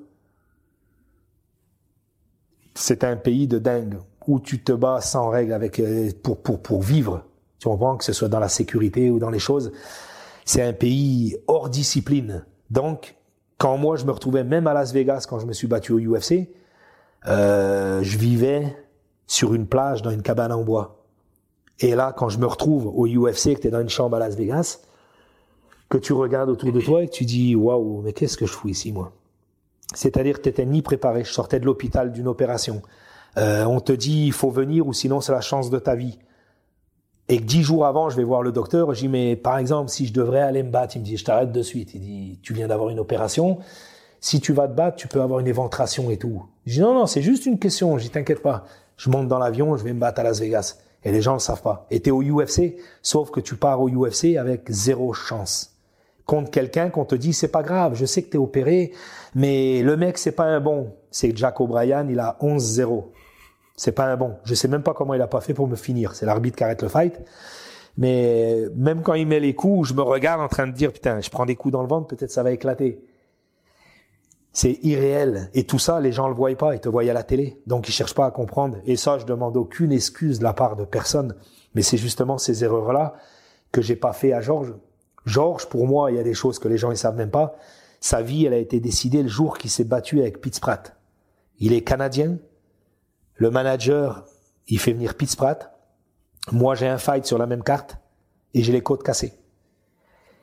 C'est un pays de dingue, où tu te bats sans règle avec, euh, pour, pour, pour vivre. Tu comprends, que ce soit dans la sécurité ou dans les choses. C'est un pays hors discipline. Donc, quand moi, je me retrouvais même à Las Vegas, quand je me suis battu au U F C, euh, je vivais sur une plage, dans une cabane en bois. Et là, quand je me retrouve au U F C, que tu es dans une chambre à Las Vegas, que tu regardes autour de toi et que tu dis, waouh, mais qu'est-ce que je fous ici, moi? C'est-à-dire que tu n'étais ni préparé. Je sortais de l'hôpital d'une opération. Euh, on te dit, il faut venir ou sinon c'est la chance de ta vie. Et que dix jours avant, je vais voir le docteur, je dis, mais par exemple, si je devrais aller me battre, il me dit, je t'arrête de suite. Il dit, tu viens d'avoir une opération. Si tu vas te battre, tu peux avoir une éventration et tout. Je dis, non, non, c'est juste une question. Je dis, t'inquiète pas. Je monte dans l'avion, je vais me battre à Las Vegas. Et les gens le savent pas. Et t'es au U F C, sauf que tu pars au U F C avec zéro chance. Contre quelqu'un qu'on te dit, c'est pas grave, je sais que t'es opéré, mais le mec, c'est pas un bon. C'est Jack O'Brien, il a onze zéro. C'est pas un bon. Je sais même pas comment il a pas fait pour me finir. C'est l'arbitre qui arrête le fight. Mais même quand il met les coups, je me regarde en train de dire, putain, je prends des coups dans le ventre, peut-être ça va éclater. C'est irréel. Et tout ça, les gens le voient pas, ils te voient à la télé. Donc ils cherchent pas à comprendre. Et ça, je demande aucune excuse de la part de personne. Mais c'est justement ces erreurs-là que j'ai pas fait à Georges. Georges, pour moi, il y a des choses que les gens ne savent même pas. Sa vie, elle a été décidée le jour qu'il s'est battu avec Pitts Pratt. Il est canadien. Le manager, il fait venir Pitts Pratt. Moi, j'ai un fight sur la même carte et j'ai les côtes cassées.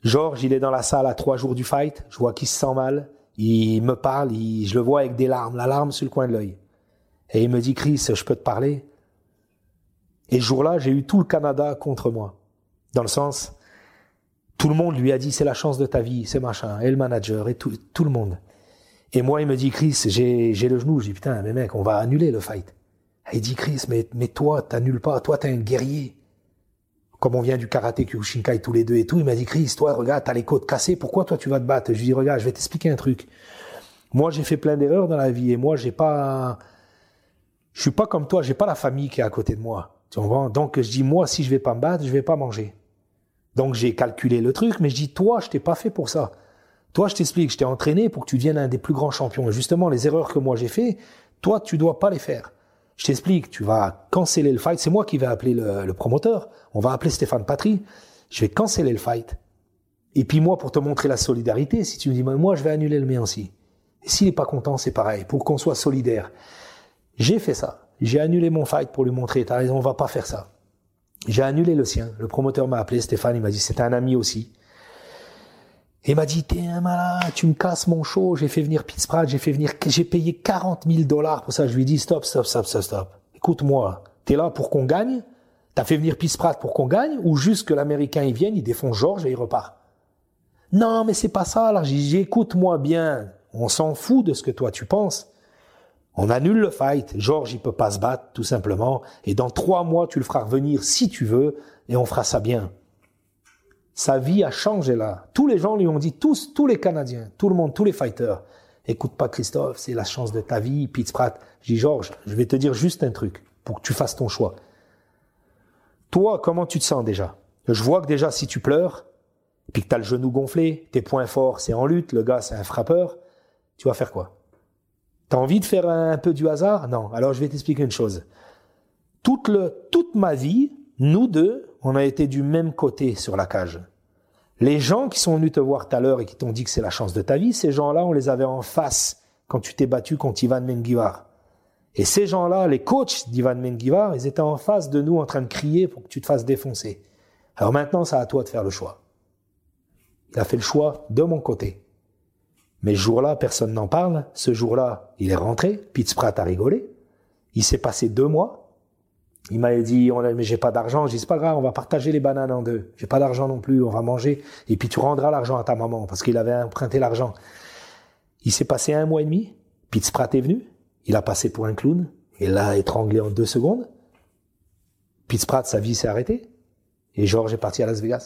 Georges, il est dans la salle à trois jours du fight. Je vois qu'il se sent mal. Il me parle, il, je le vois avec des larmes, la larme sur le coin de l'œil. Et il me dit, Chris, je peux te parler? Et ce jour-là, j'ai eu tout le Canada contre moi. Dans le sens, tout le monde lui a dit, c'est la chance de ta vie, c'est machin, et le manager, et tout, tout le monde. Et moi, il me dit, Chris, j'ai, j'ai le genou. Je dis, putain, mais mec, on va annuler le fight. Et il dit, Chris, mais, mais toi, t'annules pas, toi, t'es un guerrier. Comme on vient du karaté Kyokushinkai tous les deux et tout, il m'a dit, Chris, toi, regarde, t'as les côtes cassées, pourquoi toi tu vas te battre? Je lui dis, regarde, je vais t'expliquer un truc. Moi, j'ai fait plein d'erreurs dans la vie, et moi, j'ai pas, je suis pas comme toi, j'ai pas la famille qui est à côté de moi. Tu comprends? Donc, je dis, moi, si je vais pas me battre, je vais pas manger. Donc, j'ai calculé le truc, mais je dis, toi, je t'ai pas fait pour ça. Toi, je t'explique, je t'ai entraîné pour que tu deviennes un des plus grands champions. Et justement, les erreurs que moi j'ai fait, toi, tu dois pas les faire. Je t'explique, tu vas canceller le fight. C'est moi qui vais appeler le, le promoteur. On va appeler Stéphane Patry. Je vais canceller le fight. Et puis moi, pour te montrer la solidarité, si tu me dis, moi, je vais annuler le mien aussi. Et s'il est pas content, c'est pareil, pour qu'on soit solidaire. J'ai fait ça. J'ai annulé mon fight pour lui montrer, t'as raison, on va pas faire ça. J'ai annulé le sien. Le promoteur m'a appelé, Stéphane, il m'a dit, c'était un ami aussi. Et il m'a dit, t'es un malade, tu me casses mon show, j'ai fait venir Pete Spratt, j'ai fait venir, j'ai payé quarante mille dollars pour ça. Je lui ai dit, stop, stop, stop, stop, stop. Écoute-moi, t'es là pour qu'on gagne? T'as fait venir Pete Spratt pour qu'on gagne? Ou juste que l'Américain, il vienne, il défonce Georges et il repart? Non, mais c'est pas ça, là. J'ai dit, écoute-moi bien. On s'en fout de ce que toi tu penses. On annule le fight. Georges, il peut pas se battre, tout simplement. Et dans trois mois, tu le feras revenir si tu veux, et on fera ça bien. Sa vie a changé là. Tous les gens lui ont dit, tous, tous les Canadiens, tout le monde, tous les fighters. Écoute pas Christophe, c'est la chance de ta vie, Pete Spratt. Je dis, Georges, je vais te dire juste un truc pour que tu fasses ton choix. Toi, comment tu te sens déjà? Je vois que déjà, si tu pleures, puis que t'as le genou gonflé, tes points forts, c'est en lutte, le gars, c'est un frappeur, tu vas faire quoi? T'as envie de faire un peu du hasard? Non. Alors, je vais t'expliquer une chose. Toute le, toute ma vie, nous deux, on a été du même côté sur la cage. Les gens qui sont venus te voir tout à l'heure et qui t'ont dit que c'est la chance de ta vie, ces gens-là, on les avait en face quand tu t'es battu contre Ivan Menguivar. Et ces gens-là, les coachs d'Ivan Menguivar, ils étaient en face de nous en train de crier pour que tu te fasses défoncer. Alors maintenant, c'est à toi de faire le choix. Il a fait le choix de mon côté. Mais ce jour-là, personne n'en parle. Ce jour-là, il est rentré. Pete Spratt a rigolé. Il s'est passé deux mois. Il m'a dit, on a, mais j'ai pas d'argent. J'ai dit, c'est pas grave, on va partager les bananes en deux. J'ai pas d'argent non plus, on va manger. Et puis tu rendras l'argent à ta maman, parce qu'il avait emprunté l'argent. Il s'est passé un mois et demi. Pete Spratt est venu. Il a passé pour un clown. Il l'a étranglé en deux secondes. Pete Spratt, sa vie s'est arrêtée. Et Georges est parti à Las Vegas.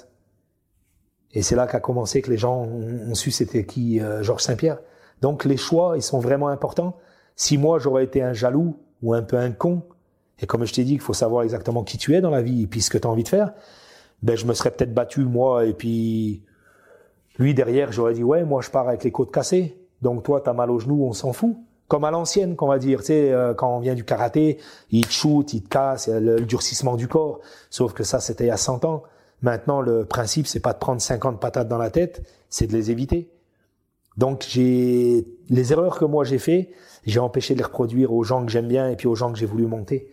Et c'est là qu'a commencé que les gens ont, ont su c'était qui euh, Georges Saint-Pierre. Donc les choix, ils sont vraiment importants. Si moi, j'aurais été un jaloux ou un peu un con, et comme je t'ai dit qu'il faut savoir exactement qui tu es dans la vie et puis ce que tu as envie de faire, ben je me serais peut-être battu, moi, et puis lui, derrière, j'aurais dit, ouais, moi, je pars avec les côtes cassées. Donc toi, t'as mal au genou, on s'en fout. Comme à l'ancienne, qu'on va dire, tu sais, euh, quand on vient du karaté, il te shoot, il te casse, le, le durcissement du corps. Sauf que ça, c'était il y a cent ans. Maintenant, le principe, c'est pas de prendre cinquante patates dans la tête, c'est de les éviter. Donc, j'ai les erreurs que moi j'ai fait, j'ai empêché de les reproduire aux gens que j'aime bien et puis aux gens que j'ai voulu monter.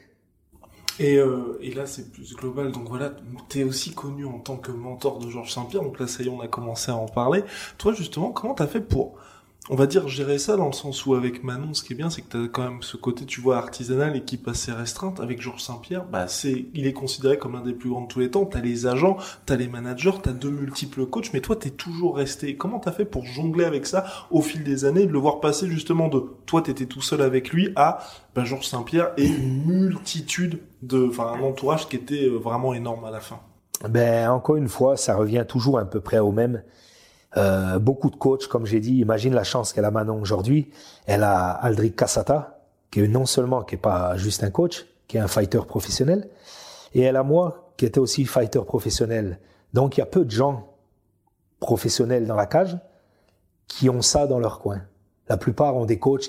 Et, euh, et là, c'est plus global. Donc voilà, t'es aussi connu en tant que mentor de Georges Saint-Pierre. Donc là, ça y est, on a commencé à en parler. Toi, justement, comment t'as fait pour, on va dire, gérer ça dans le sens où avec Manon, ce qui est bien, c'est que t'as quand même ce côté, tu vois, artisanal, équipe assez restreinte. Avec Georges Saint-Pierre, bah, c'est, il est considéré comme l'un des plus grands de tous les temps. T'as les agents, t'as les managers, t'as de multiples coachs, mais toi, t'es toujours resté. Comment t'as fait pour jongler avec ça au fil des années, de le voir passer justement de, toi, t'étais tout seul avec lui à, bah, Georges Saint-Pierre et une multitude de, enfin, un entourage qui était vraiment énorme à la fin. Ben, encore une fois, ça revient toujours à peu près au même. Euh, beaucoup de coachs, comme j'ai dit, imagine la chance qu'elle a Manon aujourd'hui. Elle a Aldric Cassata, qui est non seulement qui est pas juste un coach, qui est un fighter professionnel, et elle a moi, qui était aussi fighter professionnel. Donc il y a peu de gens professionnels dans la cage qui ont ça dans leur coin. La plupart ont des coachs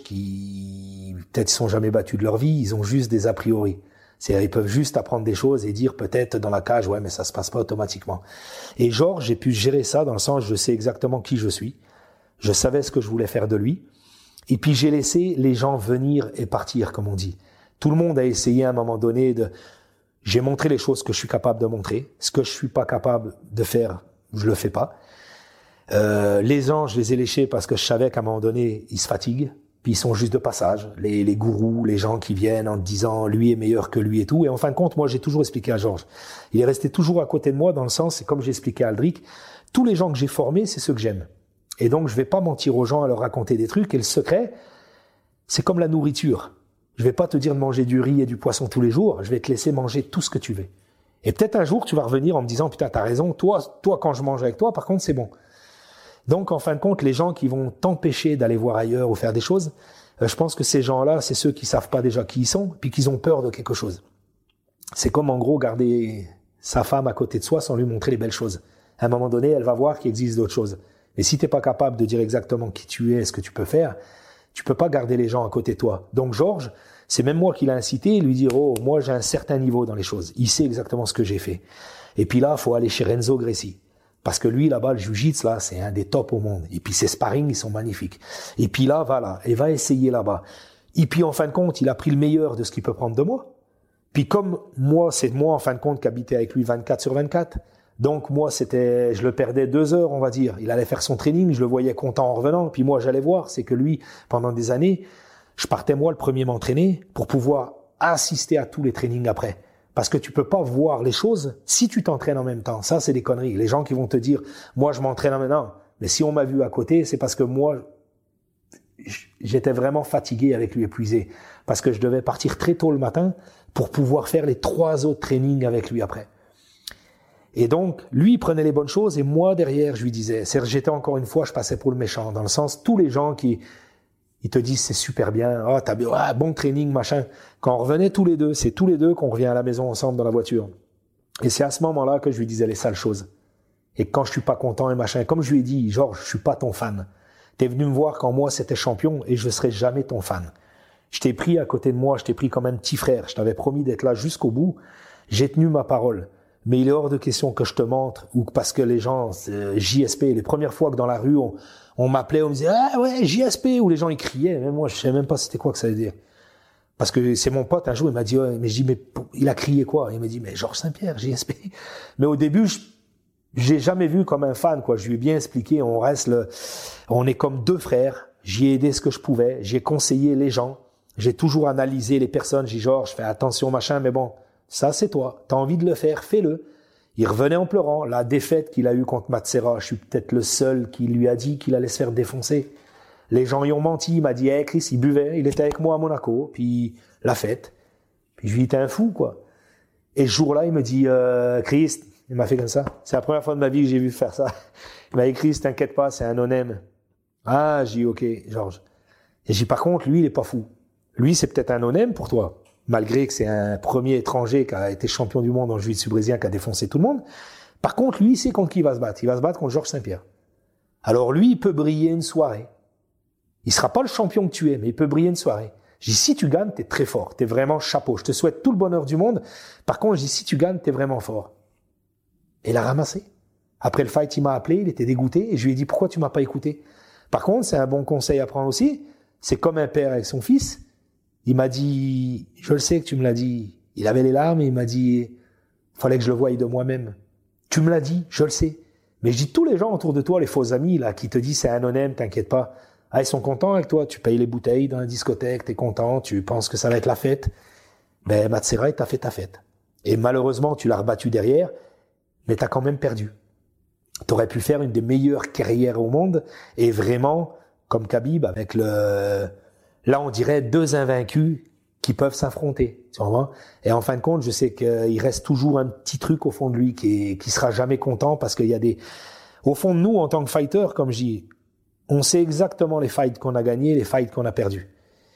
qui peut-être sont jamais battus de leur vie, ils ont juste des a priori. C'est, ils peuvent juste apprendre des choses et dire peut-être dans la cage, ouais, mais ça se passe pas automatiquement. Et Georges, j'ai pu gérer ça dans le sens, je sais exactement qui je suis. Je savais ce que je voulais faire de lui. Et puis j'ai laissé les gens venir et partir, comme on dit. Tout le monde a essayé à un moment donné de, j'ai montré les choses que je suis capable de montrer. Ce que je suis pas capable de faire, je le fais pas. Euh, les gens, je les ai léchés parce que je savais qu'à un moment donné, ils se fatiguent, puis ils sont juste de passage. Les, les gourous, les gens qui viennent en te disant lui est meilleur que lui et tout. Et en fin de compte, moi, j'ai toujours expliqué à Georges. Il est resté toujours à côté de moi dans le sens, c'est comme j'ai expliqué à Aldric, tous les gens que j'ai formés, c'est ceux que j'aime. Et donc, je vais pas mentir aux gens à leur raconter des trucs. Et le secret, c'est comme la nourriture. Je vais pas te dire de manger du riz et du poisson tous les jours. Je vais te laisser manger tout ce que tu veux. Et peut-être un jour, tu vas revenir en me disant, putain, t'as raison. Toi, toi, quand je mange avec toi, par contre, c'est bon. Donc, en fin de compte, les gens qui vont t'empêcher d'aller voir ailleurs ou faire des choses, euh, je pense que ces gens-là, c'est ceux qui savent pas déjà qui ils sont, puis qu'ils ont peur de quelque chose. C'est comme, en gros, garder sa femme à côté de soi sans lui montrer les belles choses. À un moment donné, elle va voir qu'il existe d'autres choses. Mais si t'es pas capable de dire exactement qui tu es, ce que tu peux faire, tu peux pas garder les gens à côté de toi. Donc Georges, c'est même moi qui l'ai incité, lui dire, oh, moi j'ai un certain niveau dans les choses. Il sait exactement ce que j'ai fait. Et puis là, faut aller chez Renzo Gracie. Parce que lui, là-bas, le jiu-jitsu, là, c'est un des tops au monde. Et puis ses sparring, ils sont magnifiques. Et puis là, voilà, il va essayer là-bas. Et puis en fin de compte, il a pris le meilleur de ce qu'il peut prendre de moi. Puis comme moi, c'est moi en fin de compte qui habitais avec lui vingt-quatre sur vingt-quatre. Donc moi, c'était, je le perdais deux heures, on va dire. Il allait faire son training, je le voyais content en revenant. Puis moi, j'allais voir. C'est que lui, pendant des années, je partais moi le premier m'entraîner pour pouvoir assister à tous les trainings après. Parce que tu peux pas voir les choses si tu t'entraînes en même temps. Ça, c'est des conneries. Les gens qui vont te dire, moi, je m'entraîne en même temps. Mais si on m'a vu à côté, c'est parce que moi, j'étais vraiment fatigué avec lui, épuisé. Parce que je devais partir très tôt le matin pour pouvoir faire les trois autres trainings avec lui après. Et donc, lui, il prenait les bonnes choses et moi, derrière, je lui disais, c'est-à-dire, j'étais encore une fois, je passais pour le méchant. Dans le sens, tous les gens qui, ils te disent, c'est super bien, ah, oh, t'as bien, ah, bon training, machin. Quand on revenait tous les deux, c'est tous les deux qu'on revient à la maison ensemble dans la voiture. Et c'est à ce moment-là que je lui disais les sales choses. Et quand je suis pas content et machin, comme je lui ai dit, genre, je suis pas ton fan. T'es venu me voir quand moi, c'était champion et je serai jamais ton fan. Je t'ai pris à côté de moi, je t'ai pris comme un petit frère. Je t'avais promis d'être là jusqu'au bout. J'ai tenu ma parole. Mais il est hors de question que je te montre, ou parce que les gens, J S P, les premières fois que dans la rue, on, on m'appelait, on me disait, ah ouais, J S P, ou les gens, ils criaient, même moi, je savais même pas c'était quoi que ça veut dire. Parce que c'est mon pote, un jour, il m'a dit, ouais, mais je dis, mais il a crié quoi? Il m'a dit, mais Georges Saint-Pierre, J S P. Mais au début, je, j'ai jamais vu comme un fan, quoi. Je lui ai bien expliqué, on reste le, on est comme deux frères. J'y ai aidé ce que je pouvais. J'ai conseillé les gens. J'ai toujours analysé les personnes. J'ai dit, Georges, fais attention, machin, mais bon. Ça, c'est toi. T'as envie de le faire, fais-le. Il revenait en pleurant. La défaite qu'il a eue contre Matsera, je suis peut-être le seul qui lui a dit qu'il allait se faire défoncer. Les gens y ont menti. Il m'a dit, hey, Chris, il buvait. Il était avec moi à Monaco. Puis, la fête. Puis, je lui ai dit, t'es un fou, quoi. Et ce jour-là, il me dit, euh, Chris, il m'a fait comme ça. C'est la première fois de ma vie que j'ai vu faire ça. Il m'a dit, Chris, t'inquiète pas, c'est un onem. Ah, j'ai dit, ok, Georges. Et j'ai dit, par contre, lui, il est pas fou. Lui, c'est peut-être un onem pour toi. Malgré que c'est un premier étranger qui a été champion du monde en jiu-jitsu brésilien, qui a défoncé tout le monde. Par contre, lui, il sait contre qui il va se battre. Il va se battre contre Georges Saint-Pierre. Alors lui, il peut briller une soirée. Il sera pas le champion que tu es, mais il peut briller une soirée. J'ai dit, si tu gagnes, t'es très fort. T'es vraiment chapeau. Je te souhaite tout le bonheur du monde. Par contre, j'ai dit, si tu gagnes, t'es vraiment fort. Et il a ramassé. Après le fight, il m'a appelé, il était dégoûté, et je lui ai dit, pourquoi tu m'as pas écouté? Par contre, c'est un bon conseil à prendre aussi. C'est comme un père avec son fils. Il m'a dit, je le sais que tu me l'as dit. Il avait les larmes et il m'a dit, fallait que je le voie de moi-même. Tu me l'as dit, je le sais. Mais je dis, tous les gens autour de toi, les faux amis, là, qui te disent c'est un onem, t'inquiète pas. Ah, ils sont contents avec toi. Tu payes les bouteilles dans la discothèque, t'es content, tu penses que ça va être la fête. Ben, Matsera, t'as fait ta fête. Et malheureusement, tu l'as rebattu derrière, mais t'as quand même perdu. T'aurais pu faire une des meilleures carrières au monde et vraiment, comme Khabib, avec le, là, on dirait deux invaincus qui peuvent s'affronter, tu vois. Et en fin de compte, je sais qu'il reste toujours un petit truc au fond de lui qui est, qui sera jamais content parce qu'il y a des, au fond de nous, en tant que fighter, comme je dis, on sait exactement les fights qu'on a gagnés, les fights qu'on a perdus.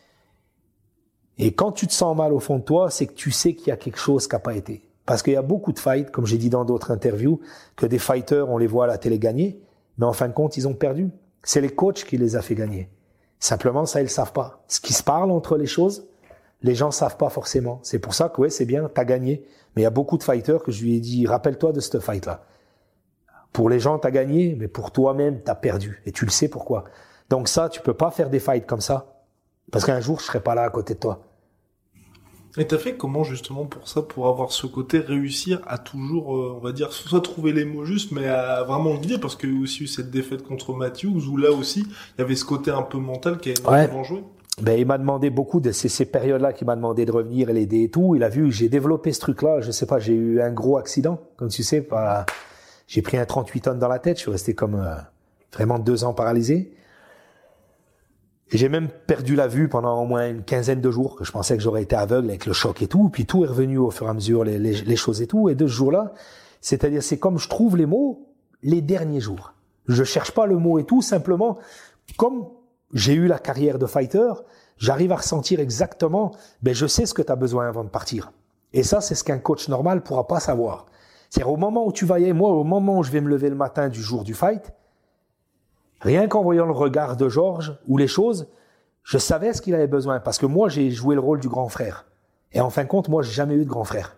Et quand tu te sens mal au fond de toi, c'est que tu sais qu'il y a quelque chose qui n'a pas été. Parce qu'il y a beaucoup de fights, comme j'ai dit dans d'autres interviews, que des fighters, on les voit à la télé gagner, mais en fin de compte, ils ont perdu. C'est les coachs qui les a fait gagner. Simplement, ça, ils le savent pas. Ce qui se parle entre les choses, les gens savent pas forcément. C'est pour ça que, ouais, c'est bien, t'as gagné. Mais il y a beaucoup de fighters que je lui ai dit, rappelle-toi de ce fight-là. Pour les gens, t'as gagné, mais pour toi-même, t'as perdu. Et tu le sais pourquoi. Donc ça, tu peux pas faire des fights comme ça. Parce qu'un jour, je serai pas là à côté de toi. Et t'as fait comment justement pour ça, pour avoir ce côté, réussir à toujours, euh, on va dire, soit trouver les mots justes, mais à vraiment le guider, parce qu'il y a eu aussi eu cette défaite contre Matthews, où là aussi, il y avait ce côté un peu mental qui a énormément ouais. joué. Ben, il m'a demandé beaucoup de ces, ces périodes-là qu'il m'a demandé de revenir et l'aider et tout. Il a vu que j'ai développé ce truc-là. Je sais pas, j'ai eu un gros accident, comme tu sais. Pas, j'ai pris un trente-huit tonnes dans la tête. Je suis resté comme euh, vraiment deux ans paralysé. Et j'ai même perdu la vue pendant au moins une quinzaine de jours, que je pensais que j'aurais été aveugle avec le choc et tout. Puis tout est revenu au fur et à mesure, les, les, les choses et tout. Et de ce jour-là, c'est-à-dire, c'est comme je trouve les mots les derniers jours. Je cherche pas le mot et tout, simplement, comme j'ai eu la carrière de fighter, j'arrive à ressentir exactement, ben, je sais ce que tu as besoin avant de partir. Et ça, c'est ce qu'un coach normal pourra pas savoir. C'est-à-dire, au moment où tu vas y aller, moi, au moment où je vais me lever le matin du jour du fight, rien qu'en voyant le regard de Georges ou les choses, je savais ce qu'il avait besoin. Parce que moi, j'ai joué le rôle du grand frère. Et en fin de compte, moi, j'ai jamais eu de grand frère.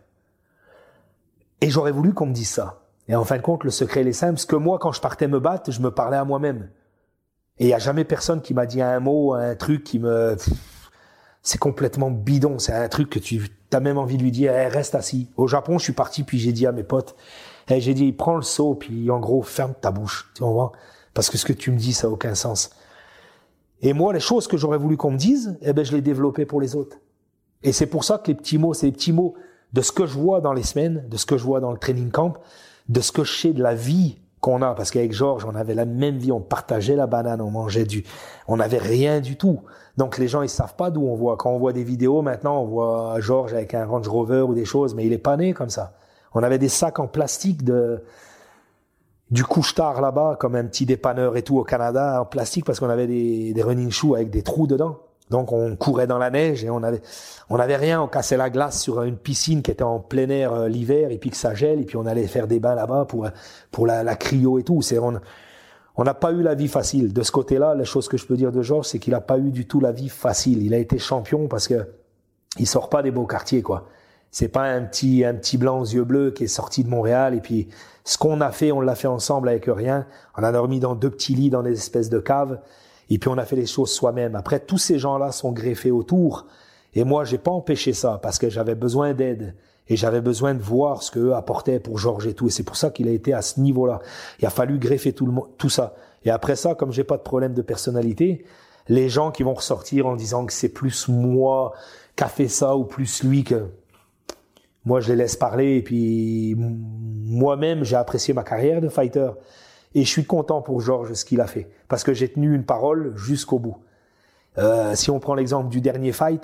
Et j'aurais voulu qu'on me dise ça. Et en fin de compte, le secret, il est simple. Parce que moi, quand je partais me battre, je me parlais à moi-même. Et il n'y a jamais personne qui m'a dit un mot, un truc qui me... C'est complètement bidon. C'est un truc que tu as même envie de lui dire, hey, reste assis. Au Japon, je suis parti, puis j'ai dit à mes potes, hey, j'ai dit, prends le seau, puis en gros, ferme ta bouche. Tu vois? Parce que ce que tu me dis, ça n'a aucun sens. Et moi, les choses que j'aurais voulu qu'on me dise, eh ben, je les développais pour les autres. Et c'est pour ça que les petits mots, c'est les petits mots de ce que je vois dans les semaines, de ce que je vois dans le training camp, de ce que je sais de la vie qu'on a, parce qu'avec Georges, on avait la même vie, on partageait la banane, on mangeait du, on n'avait rien du tout. Donc les gens, ils savent pas d'où on voit. Quand on voit des vidéos, maintenant, on voit Georges avec un Range Rover ou des choses, mais il est pas né comme ça. On avait des sacs en plastique de, du couche-tard là-bas, comme un petit dépanneur et tout au Canada, en plastique, parce qu'on avait des, des running shoes avec des trous dedans. Donc on courait dans la neige et on avait, on avait rien, on cassait la glace sur une piscine qui était en plein air euh, l'hiver et puis que ça gèle et puis on allait faire des bains là-bas pour pour la, la cryo et tout. C'est on on n'a pas eu la vie facile de ce côté-là. La chose que je peux dire de Georges, c'est qu'il a pas eu du tout la vie facile. Il a été champion parce que il sort pas des beaux quartiers quoi. C'est pas un petit un petit blanc aux yeux bleus qui est sorti de Montréal et puis ce qu'on a fait, on l'a fait ensemble avec rien. On a dormi dans deux petits lits dans des espèces de caves. Et puis on a fait les choses soi-même. Après, tous ces gens-là sont greffés autour. Et moi, j'ai pas empêché ça parce que j'avais besoin d'aide. Et j'avais besoin de voir ce qu'eux apportaient pour Georges et tout. Et c'est pour ça qu'il a été à ce niveau-là. Il a fallu greffer tout le monde, tout ça. Et après ça, comme j'ai pas de problème de personnalité, les gens qui vont ressortir en disant que c'est plus moi qui a fait ça ou plus lui que... Moi, je les laisse parler. Et puis, moi-même, j'ai apprécié ma carrière de fighter. Et je suis content pour Georges ce qu'il a fait. Parce que j'ai tenu une parole jusqu'au bout. Euh, si on prend l'exemple du dernier fight,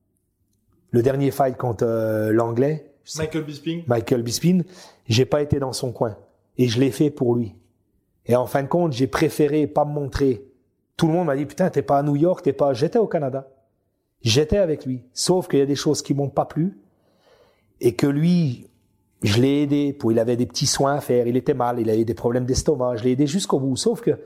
le dernier fight contre euh, l'anglais. Michael Bisping. Michael Bisping, j'ai pas été dans son coin. Et je l'ai fait pour lui. Et en fin de compte, j'ai préféré pas me montrer. Tout le monde m'a dit, putain, t'es pas à New York, t'es pas, j'étais au Canada. J'étais avec lui. Sauf qu'il y a des choses qui m'ont pas plu. Et que lui, je l'ai aidé pour, il avait des petits soins à faire, il était mal, il avait des problèmes d'estomac, je l'ai aidé jusqu'au bout. Sauf que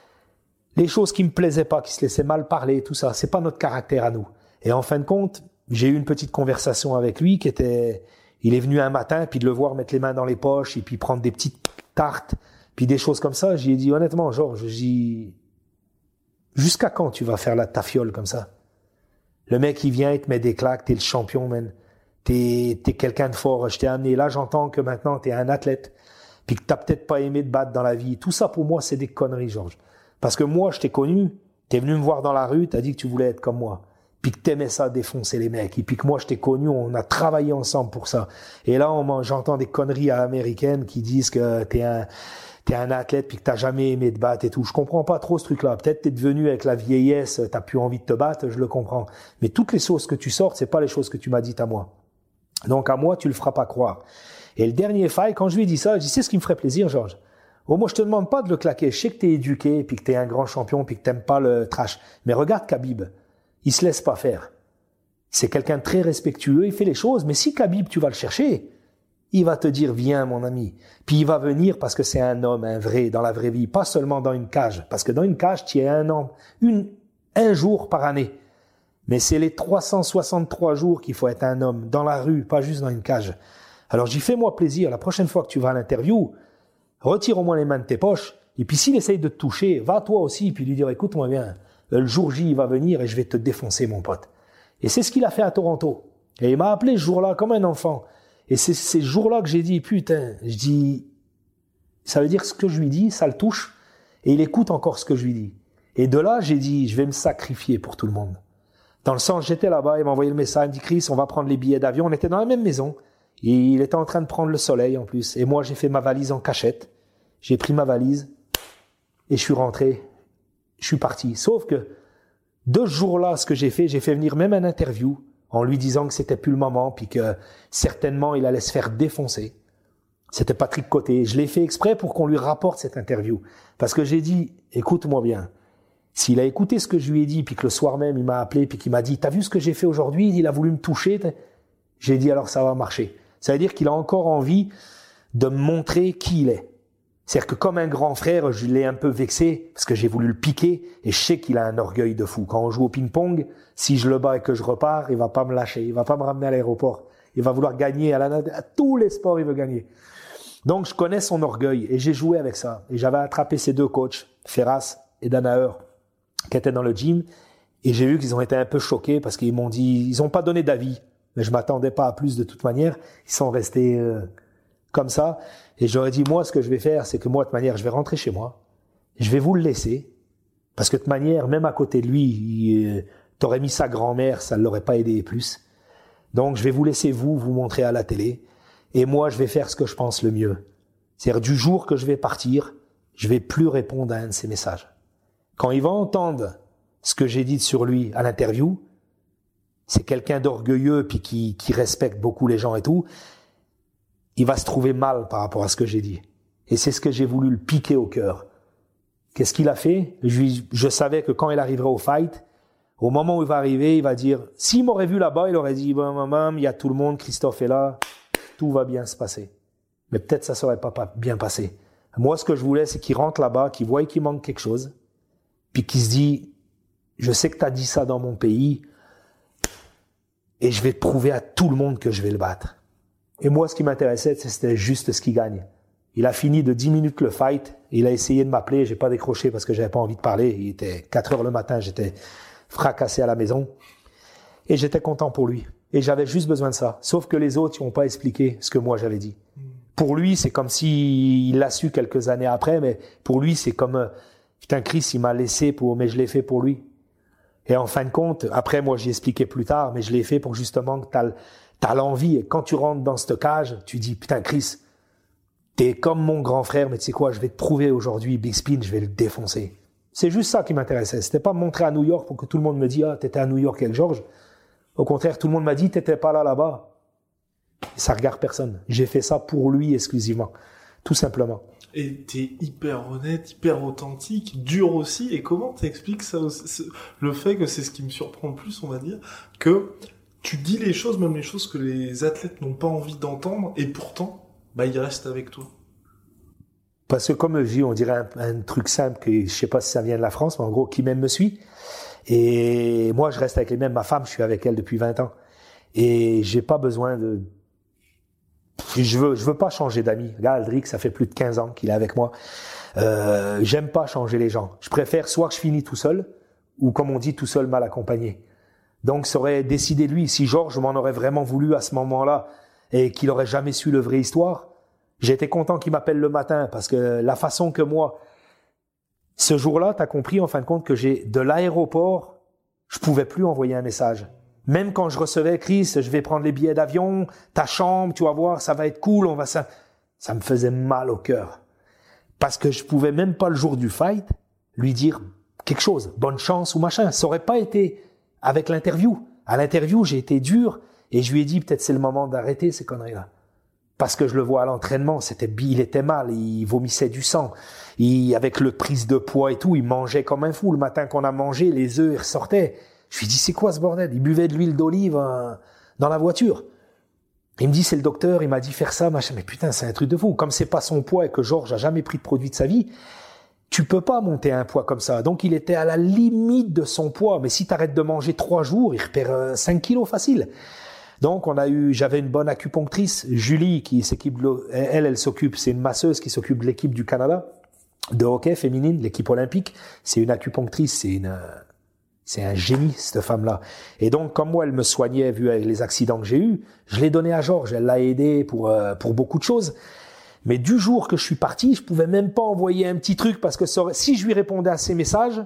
les choses qui me plaisaient pas, qui se laissaient mal parler, tout ça, c'est pas notre caractère à nous. Et en fin de compte, j'ai eu une petite conversation avec lui qui était, il est venu un matin, puis de le voir mettre les mains dans les poches, et puis prendre des petites tartes, puis des choses comme ça, j'ai dit honnêtement, Georges, j'ai dit, jusqu'à quand tu vas faire la tafiole comme ça? Le mec, il vient, il te met des claques, t'es le champion, man. T'es, t'es quelqu'un de fort, je t'ai amené. Là, j'entends que maintenant, t'es un athlète, puis que t'as peut-être pas aimé te battre dans la vie. Tout ça, pour moi, c'est des conneries, Georges. Parce que moi, je t'ai connu, t'es venu me voir dans la rue, t'as dit que tu voulais être comme moi. Puis que t'aimais ça, défoncer les mecs. Et puis que moi, je t'ai connu, on a travaillé ensemble pour ça. Et là, on, j'entends des conneries à l'américaine qui disent que t'es un, t'es un athlète, puis que t'as jamais aimé te battre et tout. Je comprends pas trop ce truc-là. Peut-être t'es devenu avec la vieillesse, t'as plus envie de te battre, je le comprends. Mais toutes les choses que tu sortes, c'est pas les choses que tu m'as dites à moi. Donc, à moi, tu le feras pas croire. Et le dernier fight, quand je lui ai dit ça, je dis, c'est ce qui me ferait plaisir, Georges. Oh, moi, je te demande pas de le claquer. Je sais que t'es éduqué, puis que t'es un grand champion, puis que t'aimes pas le trash. Mais regarde Khabib. Il se laisse pas faire. C'est quelqu'un de très respectueux, il fait les choses. Mais si Khabib, tu vas le chercher, il va te dire, viens, mon ami. Puis il va venir parce que c'est un homme, un vrai, dans la vraie vie. Pas seulement dans une cage. Parce que dans une cage, tu es un an, une, un jour par année. Mais c'est les trois cent soixante-trois jours qu'il faut être un homme, dans la rue, pas juste dans une cage. Alors j'y fais-moi plaisir, la prochaine fois que tu vas à l'interview, retire au moins les mains de tes poches, et puis s'il essaye de te toucher, va toi aussi, puis lui dire, écoute-moi bien, le jour J, il va venir et je vais te défoncer, mon pote. Et c'est ce qu'il a fait à Toronto. Et il m'a appelé ce jour-là comme un enfant. Et c'est ces jours-là que j'ai dit, putain, je dis, ça veut dire ce que je lui dis, ça le touche. Et il écoute encore ce que je lui dis. Et de là, j'ai dit, je vais me sacrifier pour tout le monde. Dans le sens, j'étais là-bas, il m'a envoyé le message, il me dit, Chris, on va prendre les billets d'avion. On était dans la même maison. Et il était en train de prendre le soleil en plus. Et moi, j'ai fait ma valise en cachette. J'ai pris ma valise et je suis rentré. Je suis parti. Sauf que de ce jour-là, ce que j'ai fait, j'ai fait venir même un interview en lui disant que c'était plus le moment puis que certainement il allait se faire défoncer. C'était Patrick Côté. Je l'ai fait exprès pour qu'on lui rapporte cette interview. Parce que j'ai dit, écoute-moi bien. S'il a écouté ce que je lui ai dit puis que le soir même il m'a appelé puis qu'il m'a dit, t'as vu ce que j'ai fait aujourd'hui? Il a voulu me toucher. J'ai dit, alors ça va marcher. Ça veut dire qu'il a encore envie de me montrer qui il est. C'est-à-dire que comme un grand frère, je l'ai un peu vexé parce que j'ai voulu le piquer et je sais qu'il a un orgueil de fou. Quand on joue au ping-pong, si je le bats et que je repars, il va pas me lâcher, il va pas me ramener à l'aéroport. Il va vouloir gagner à, la, à tous les sports, il veut gagner. Donc je connais son orgueil et j'ai joué avec ça. Et j'avais attrapé ces deux coachs, Ferras et Danaher, qui étaient dans le gym. Et j'ai vu qu'ils ont été un peu choqués parce qu'ils m'ont dit, ils ont pas donné d'avis. Mais je m'attendais pas à plus de toute manière. Ils sont restés euh, comme ça. Et j'aurais dit, moi, ce que je vais faire, c'est que moi, de toute manière, je vais rentrer chez moi. Je vais vous le laisser. Parce que de toute manière, même à côté de lui, il, euh, t'aurais mis sa grand-mère, ça ne l'aurait pas aidé plus. Donc, je vais vous laisser vous, vous montrer à la télé. Et moi, je vais faire ce que je pense le mieux. C'est-à-dire, du jour que je vais partir, je vais plus répondre à un de ses messages. Quand il va entendre ce que j'ai dit sur lui à l'interview, c'est quelqu'un d'orgueilleux puis qui, qui respecte beaucoup les gens et tout, il va se trouver mal par rapport à ce que j'ai dit. Et c'est ce que j'ai voulu le piquer au cœur. Qu'est-ce qu'il a fait? Je, je savais que quand il arriverait au fight, au moment où il va arriver, il va dire, s'il m'aurait vu là-bas, il aurait dit, bam, bam, bam, il y a tout le monde, Christophe est là, tout va bien se passer. Mais peut-être ça serait pas, pas bien passé. Moi, ce que je voulais, c'est qu'il rentre là-bas, qu'il voie qu'il manque quelque chose, puis qu'il se dit, je sais que t'as dit ça dans mon pays, et je vais prouver à tout le monde que je vais le battre. Et moi, ce qui m'intéressait, c'était juste ce qu'il gagne. Il a fini de dix minutes le fight. Il a essayé de m'appeler. J'ai pas décroché parce que j'avais pas envie de parler. Il était quatre heures le matin. J'étais fracassé à la maison. Et j'étais content pour lui. Et j'avais juste besoin de ça. Sauf que les autres, ils n'ont pas expliqué ce que moi j'avais dit. Pour lui, c'est comme si il l'a su quelques années après, mais pour lui, c'est comme, euh, putain, Chris, il m'a laissé pour, mais je l'ai fait pour lui. Et en fin de compte, après, moi, j'ai expliqué plus tard, mais je l'ai fait pour justement que t'as, t'as l'envie. Et quand tu rentres dans cette cage, tu dis, putain, Chris, t'es comme mon grand frère, mais tu sais quoi, je vais te prouver aujourd'hui, Big Spin, je vais le défoncer. C'est juste ça qui m'intéressait. C'était pas me montrer à New York pour que tout le monde me dise, ah, t'étais à New York avec Georges. Au contraire, tout le monde m'a dit, t'étais pas là, là-bas. Ça regarde personne. J'ai fait ça pour lui exclusivement. Tout simplement. Et t'es hyper honnête, hyper authentique, dur aussi. Et comment t'expliques ça aussi, le fait que c'est ce qui me surprend le plus, on va dire, que tu dis les choses, même les choses que les athlètes n'ont pas envie d'entendre, et pourtant, bah, ils restent avec toi. Parce que comme je dis, on dirait un, un truc simple, que je sais pas si ça vient de la France, mais en gros, qui m'aime me suit. Et moi, je reste avec les mêmes. Ma femme, je suis avec elle depuis vingt ans. Et j'ai pas besoin de... Je veux, je veux pas changer d'amis. Regarde, Aldric, ça fait plus de quinze ans qu'il est avec moi. Euh, j'aime pas changer les gens. Je préfère soit que je finis tout seul, ou comme on dit, tout seul mal accompagné. Donc, ça aurait décidé de lui. Si Georges m'en aurait vraiment voulu à ce moment-là, et qu'il aurait jamais su le vraie histoire, j'étais content qu'il m'appelle le matin, parce que la façon que moi, ce jour-là, t'as compris en fin de compte que j'ai, de l'aéroport, je pouvais plus envoyer un message. Même quand je recevais, Chris, je vais prendre les billets d'avion, ta chambre, tu vas voir, ça va être cool, on va ça. Ça me faisait mal au cœur. Parce que je pouvais même pas le jour du fight lui dire quelque chose, bonne chance ou machin. Ça aurait pas été avec l'interview. À l'interview, j'ai été dur et je lui ai dit peut-être c'est le moment d'arrêter ces conneries-là. Parce que je le vois à l'entraînement, c'était, il était mal, il vomissait du sang. Il, avec le prise de poids et tout, il mangeait comme un fou. Le matin qu'on a mangé, les œufs, ils ressortaient. Je lui ai dit, c'est quoi ce bordel? Il buvait de l'huile d'olive euh, dans la voiture. Il me dit, c'est le docteur, il m'a dit faire ça, machin. Mais putain, c'est un truc de fou. Comme c'est pas son poids et que Georges a jamais pris de produit de sa vie, tu peux pas monter un poids comme ça. Donc, il était à la limite de son poids. Mais si t'arrêtes de manger trois jours, il repère euh, cinq kilos facile. Donc, on a eu, j'avais une bonne acupunctrice, Julie, qui s'occupe, de, elle, elle s'occupe, c'est une masseuse qui s'occupe de l'équipe du Canada, de hockey féminine, l'équipe olympique. C'est une acupunctrice, c'est une, C'est un génie, cette femme-là. Et donc, comme moi, elle me soignait, vu avec les accidents que j'ai eus, je l'ai donné à Georges. Elle l'a aidé pour, euh, pour beaucoup de choses. Mais du jour que je suis parti, je pouvais même pas envoyer un petit truc parce que ça aurait, si je lui répondais à ses messages,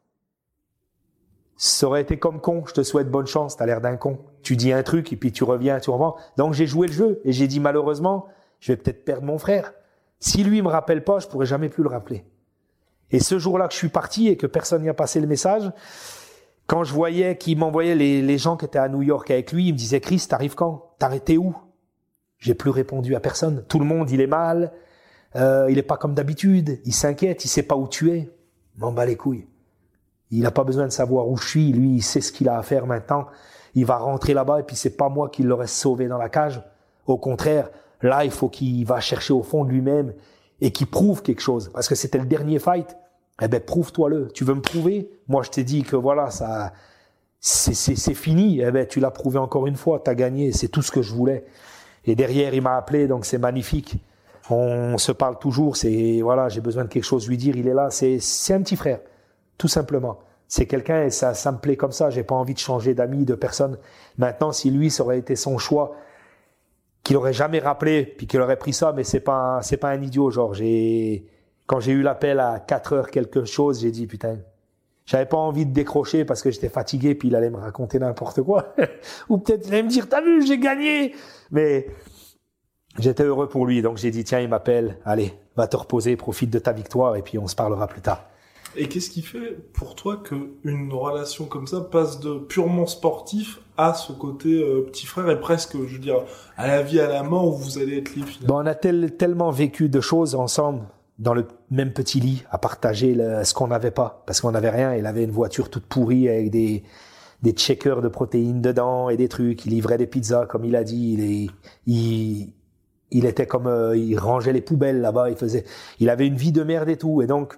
ça aurait été comme con. Je te souhaite bonne chance, t'as l'air d'un con. Tu dis un truc et puis tu reviens, tu reviens. Donc, j'ai joué le jeu et j'ai dit, malheureusement, je vais peut-être perdre mon frère. Si lui me rappelle pas, je pourrai jamais plus le rappeler. Et ce jour-là que je suis parti et que personne n'y a passé le message, quand je voyais qu'il m'envoyait les, les gens qui étaient à New York avec lui, il me disait, Chris, t'arrives quand? T'arrêtais où? J'ai plus répondu à personne. Tout le monde, il est mal, euh, il est pas comme d'habitude, il s'inquiète, il sait pas où tu es. M'en bat les couilles. Il a pas besoin de savoir où je suis, lui, il sait ce qu'il a à faire maintenant. Il va rentrer là-bas et puis c'est pas moi qui l'aurais sauvé dans la cage. Au contraire, là, il faut qu'il va chercher au fond de lui-même et qu'il prouve quelque chose. Parce que c'était le dernier fight. Eh ben, prouve-toi-le. Tu veux me prouver? Moi, je t'ai dit que voilà, ça, c'est, c'est, c'est fini. Eh ben, tu l'as prouvé encore une fois. T'as gagné. C'est tout ce que je voulais. Et derrière, il m'a appelé, donc c'est magnifique. On se parle toujours. C'est, voilà, j'ai besoin de quelque chose lui dire. Il est là. C'est, c'est un petit frère. Tout simplement. C'est quelqu'un et ça, ça me plaît comme ça. J'ai pas envie de changer d'amis, de personne. Maintenant, si lui, ça aurait été son choix, qu'il aurait jamais rappelé, puis qu'il aurait pris ça, mais c'est pas, c'est pas un idiot, genre, j'ai, quand j'ai eu l'appel à quatre heures quelque chose, j'ai dit, putain, j'avais pas envie de décrocher parce que j'étais fatigué, puis il allait me raconter n'importe quoi. Ou peut-être il allait me dire, t'as vu, j'ai gagné. Mais j'étais heureux pour lui, donc j'ai dit, tiens, il m'appelle, allez, va te reposer, profite de ta victoire, et puis on se parlera plus tard. Et qu'est-ce qui fait pour toi qu'une relation comme ça passe de purement sportif à ce côté euh, petit frère et presque, je veux dire, à la vie, à la mort où vous allez être liés finalement? Bon, on a tel, tellement vécu de choses ensemble dans le même petit lit à partager le, ce qu'on n'avait pas parce qu'on n'avait rien. Il avait une voiture toute pourrie avec des des checkers de protéines dedans et des trucs. Il livrait des pizzas comme il a dit. Il est, il il était comme euh, il rangeait les poubelles là-bas. Il faisait, il avait une vie de merde et tout. Et donc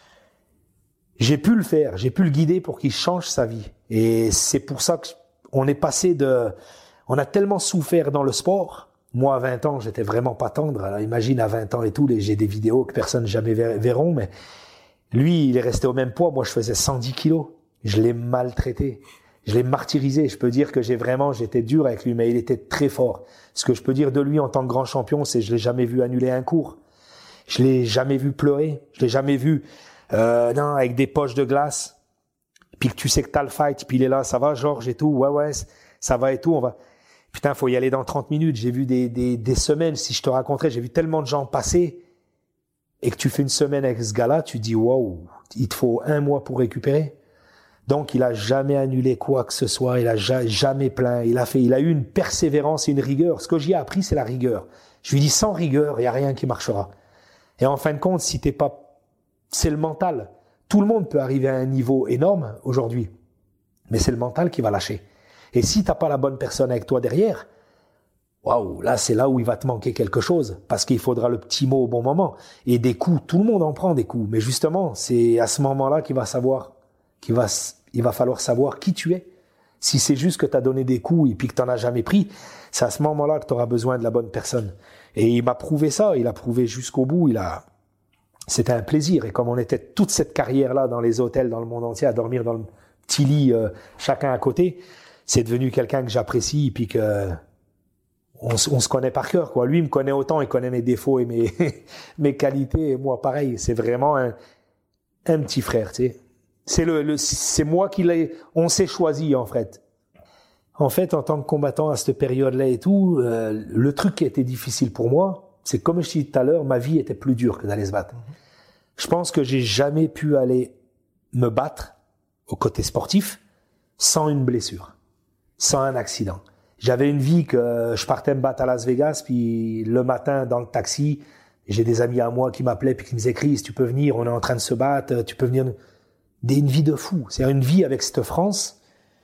j'ai pu le faire, j'ai pu le guider pour qu'il change sa vie. Et c'est pour ça qu'on est passé de... On a tellement souffert dans le sport. Moi, à vingt ans, j'étais vraiment pas tendre. Alors imagine, à vingt ans et tout, j'ai des vidéos que personne jamais verront, mais lui, il est resté au même poids. Moi, je faisais cent dix kilos. Je l'ai maltraité. Je l'ai martyrisé. Je peux dire que j'ai vraiment... J'étais dur avec lui, mais il était très fort. Ce que je peux dire de lui en tant que grand champion, c'est que je l'ai jamais vu annuler un cours. Je l'ai jamais vu pleurer. Je l'ai jamais vu... Euh, non, avec des poches de glace, puis que tu sais que t'as le fight, puis il est là, ça va Georges et tout, ouais ouais, ça va et tout, on va, putain, faut y aller dans trente minutes, j'ai vu des, des, des semaines, si je te raconterais, j'ai vu tellement de gens passer, et que tu fais une semaine avec ce gars-là, tu dis, waouh, il te faut un mois pour récupérer. Donc, il a jamais annulé quoi que ce soit, il a ja- jamais plaint, il a fait, il a eu une persévérance et une rigueur. Ce que j'y ai appris, c'est la rigueur. Je lui dis, sans rigueur, il y a rien qui marchera. Et en fin de compte, si t'es pas c'est le mental. Tout le monde peut arriver à un niveau énorme aujourd'hui, mais c'est le mental qui va lâcher. Et si t'as pas la bonne personne avec toi derrière, waouh, là c'est là où il va te manquer quelque chose, parce qu'il faudra le petit mot au bon moment. Et des coups, tout le monde en prend des coups, mais justement, c'est à ce moment-là qu'il va savoir, qu'il va, il va falloir savoir qui tu es. Si c'est juste que t'as donné des coups et puis que t'en as jamais pris, c'est à ce moment-là que t'auras besoin de la bonne personne. Et il m'a prouvé ça, il a prouvé jusqu'au bout, il a... C'était un plaisir. Et comme on était toute cette carrière-là dans les hôtels, dans le monde entier, à dormir dans le petit lit, euh, chacun à côté, c'est devenu quelqu'un que j'apprécie et puis que on, on se connaît par cœur, quoi. Lui, il me connaît autant, il connaît mes défauts et mes, mes qualités, et moi, pareil. C'est vraiment un, un petit frère, tu sais. C'est le, le, c'est moi qui l'ai, on s'est choisi, en fait. En fait, en tant que combattant à cette période-là et tout, euh, le truc qui était difficile pour moi, c'est comme je disais tout à l'heure, ma vie était plus dure que d'aller se battre. Je pense que j'ai jamais pu aller me battre au côté sportif sans une blessure, sans un accident. J'avais une vie que je partais me battre à Las Vegas, puis le matin dans le taxi, j'ai des amis à moi qui m'appelaient puis qui me disaient, Chris, tu peux venir, on est en train de se battre, tu peux venir. Des, une vie de fou. C'est une vie avec cette France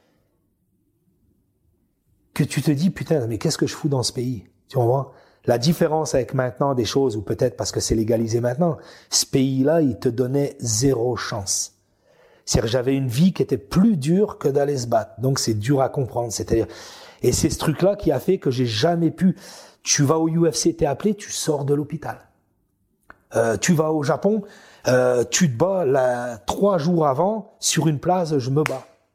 que tu te dis, putain, mais qu'est-ce que je fous dans ce pays? Tu vois? La différence avec maintenant des choses, ou peut-être parce que c'est légalisé maintenant, ce pays-là, il te donnait zéro chance. C'est-à-dire, j'avais une vie qui était plus dure que d'aller se battre. Donc, c'est dur à comprendre. C'est-à-dire, et c'est ce truc-là qui a fait que j'ai jamais pu. Tu vas au U F C, t'es appelé, tu sors de l'hôpital. Euh, tu vas au Japon, euh, tu te bats là, trois jours avant sur une place, je me bats.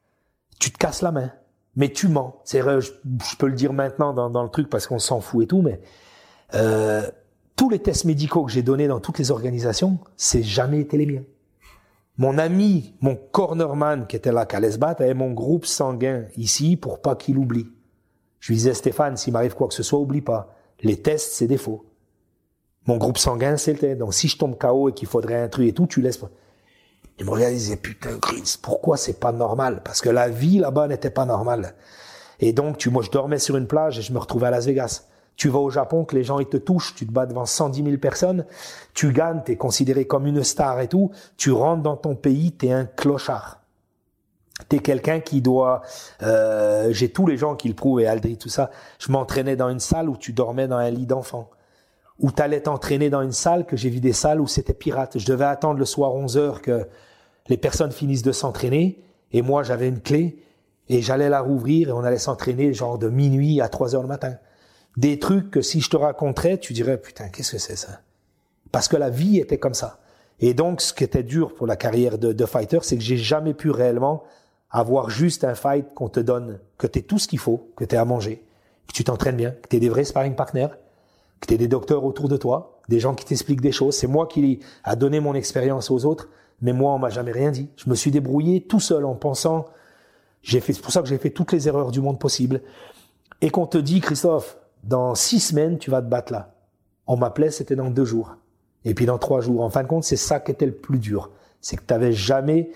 tu te casses la main. Mais tu mens. C'est vrai, je, je peux le dire maintenant dans, dans le truc parce qu'on s'en fout et tout, mais euh, tous les tests médicaux que j'ai donnés dans toutes les organisations, c'est jamais été les miens. Mon ami, mon cornerman qui était là, qui allait se battre, avait mon groupe sanguin ici pour pas qu'il oublie. Je lui disais, Stéphane, s'il m'arrive quoi que ce soit, oublie pas. Les tests, c'est des faux. Mon groupe sanguin, c'est le test. Donc si je tombe K O et qu'il faudrait un truc et tout, tu laisses pas. Il me regardait et disait, putain, Chris, pourquoi c'est pas normal? Parce que la vie là-bas n'était pas normale. Et donc, tu, moi, je dormais sur une plage et je me retrouvais à Las Vegas. Tu vas au Japon, que les gens, ils te touchent, tu te bats devant cent dix mille personnes, tu gagnes, t'es considéré comme une star et tout, tu rentres dans ton pays, t'es un clochard. T'es quelqu'un qui doit, euh, j'ai tous les gens qui le prouvent et Aldri, tout ça. Je m'entraînais dans une salle où tu dormais dans un lit d'enfant. Où t'allais t'entraîner dans une salle, que j'ai vu des salles où c'était pirate. Je devais attendre le soir onze heures que les personnes finissent de s'entraîner, et moi j'avais une clé, et j'allais la rouvrir, et on allait s'entraîner genre de minuit à trois heures le matin. Des trucs que si je te raconterais, tu dirais, putain, qu'est-ce que c'est ça? Parce que la vie était comme ça. Et donc, ce qui était dur pour la carrière de, de fighter, c'est que j'ai jamais pu réellement avoir juste un fight qu'on te donne, que t'aies tout ce qu'il faut, que t'aies à manger, que tu t'entraînes bien, que t'aies des vrais sparring partners, que t'aies des docteurs autour de toi, des gens qui t'expliquent des choses. C'est moi qui a donné mon expérience aux autres. Mais moi, on m'a jamais rien dit. Je me suis débrouillé tout seul en pensant, j'ai fait, c'est pour ça que j'ai fait toutes les erreurs du monde possible. Et qu'on te dit, Christophe, dans six semaines, tu vas te battre là. On m'appelait, c'était dans deux jours. Et puis dans trois jours. En fin de compte, c'est ça qui était le plus dur. C'est que tu n'avais jamais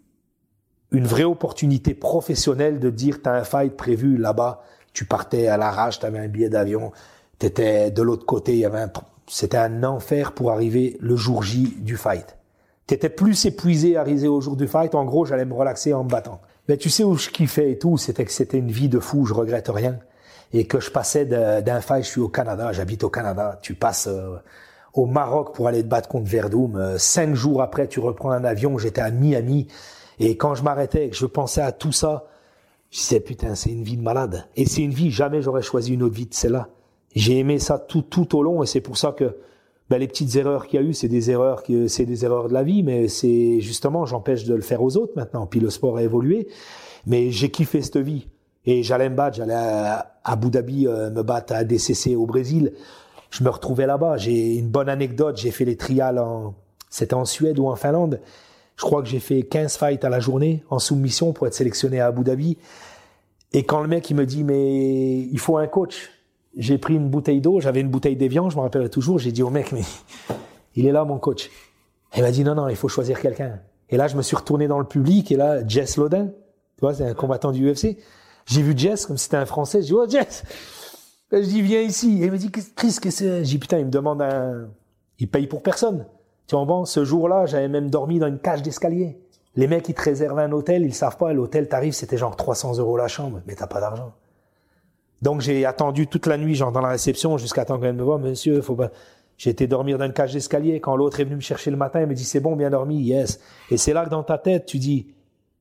une vraie opportunité professionnelle de dire, t'as un fight prévu là-bas, tu partais à l'arrache, t'avais un billet d'avion, t'étais de l'autre côté, il y avait un, c'était un enfer pour arriver le jour J du fight. T'étais plus épuisé à arriver au jour du fight. En gros, j'allais me relaxer en me battant. Mais tu sais où je kiffais et tout, c'était que c'était une vie de fou, je regrette rien. Et que je passais de, d'un fight, je suis au Canada, j'habite au Canada. Tu passes euh, au Maroc pour aller te battre contre Verdum. Euh, cinq jours après, tu reprends un avion, j'étais à Miami. Et quand je m'arrêtais et que je pensais à tout ça, je disais, putain, c'est une vie de malade. Et c'est une vie, jamais j'aurais choisi une autre vie de celle-là. J'ai aimé ça tout, tout au long, et c'est pour ça que ben, les petites erreurs qu'il y a eu, c'est des erreurs que c'est des erreurs de la vie, mais c'est justement, j'empêche de le faire aux autres maintenant. Puis le sport a évolué, mais j'ai kiffé cette vie. Et j'allais me battre, j'allais à Abu Dhabi euh, me battre à D C C au Brésil. Je me retrouvais là-bas. J'ai une bonne anecdote. J'ai fait les trials en, c'était en Suède ou en Finlande. Je crois que j'ai fait quinze fights à la journée en soumission pour être sélectionné à Abu Dhabi. Et quand le mec il me dit mais il faut un coach. J'ai pris une bouteille d'eau, j'avais une bouteille d'Evian, je me rappelle toujours, j'ai dit au mec, mais il est là mon coach. Il m'a dit non, non, il faut choisir quelqu'un. Et là, je me suis retourné dans le public, et là, Jess Lodin, tu vois, c'est un combattant du U F C. J'ai vu Jess, comme si c'était un Français, je dis, oh Jess! Je dis, viens ici. Et il me dit, Chris, qu'est-ce que c'est? Je dis, putain, il me demande un, il paye pour personne. Tu vois, bon, ce jour-là, j'avais même dormi dans une cage d'escalier. Les mecs, ils te réservent un hôtel, ils savent pas, l'hôtel t'arrive, c'était genre trois cents euros la chambre, mais t'as pas d'argent. Donc, j'ai attendu toute la nuit, genre, dans la réception, jusqu'à temps qu'elle me voit, monsieur, faut pas, j'ai été dormir dans une cage d'escalier. Quand l'autre est venu me chercher le matin, il me dit, c'est bon, bien dormi, yes. Et c'est là que dans ta tête, tu dis,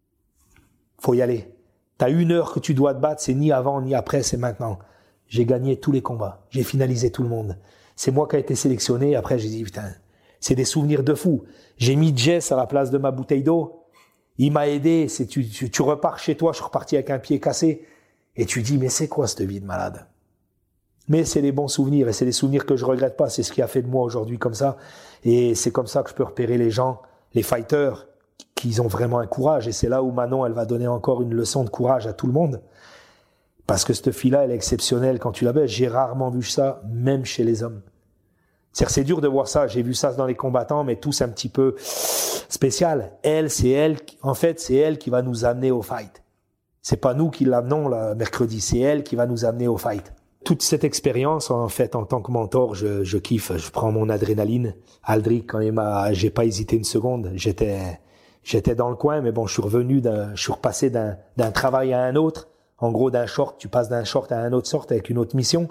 faut y aller. T'as une heure que tu dois te battre, c'est ni avant, ni après, c'est maintenant. J'ai gagné tous les combats. J'ai finalisé tout le monde. C'est moi qui ai été sélectionné. Après, j'ai dit, putain, c'est des souvenirs de fou. J'ai mis Jess à la place de ma bouteille d'eau. Il m'a aidé. C'est, tu, tu, tu repars chez toi, je suis reparti avec un pied cassé. Et tu dis, mais c'est quoi cette vie de malade? Mais c'est des bons souvenirs, et c'est des souvenirs que je regrette pas. C'est ce qui a fait de moi aujourd'hui comme ça. Et c'est comme ça que je peux repérer les gens, les fighters, qui ont vraiment un courage. Et c'est là où Manon, elle va donner encore une leçon de courage à tout le monde. Parce que cette fille-là, elle est exceptionnelle quand tu la baises. J'ai rarement vu ça, même chez les hommes. C'est-à-dire, c'est dur de voir ça. J'ai vu ça dans les combattants, mais tous un petit peu spécial. Elle, c'est elle, en fait, c'est elle qui va nous amener au fight. C'est pas nous qui l'amenons, là, mercredi. C'est elle qui va nous amener au fight. Toute cette expérience, en fait, en tant que mentor, je, je kiffe. Je prends mon adrénaline. Aldric, quand il m'a, j'ai pas hésité une seconde. J'étais, j'étais dans le coin, mais bon, je suis revenu d'un, je suis repassé d'un, d'un travail à un autre. En gros, d'un short, tu passes d'un short à un autre short avec une autre mission.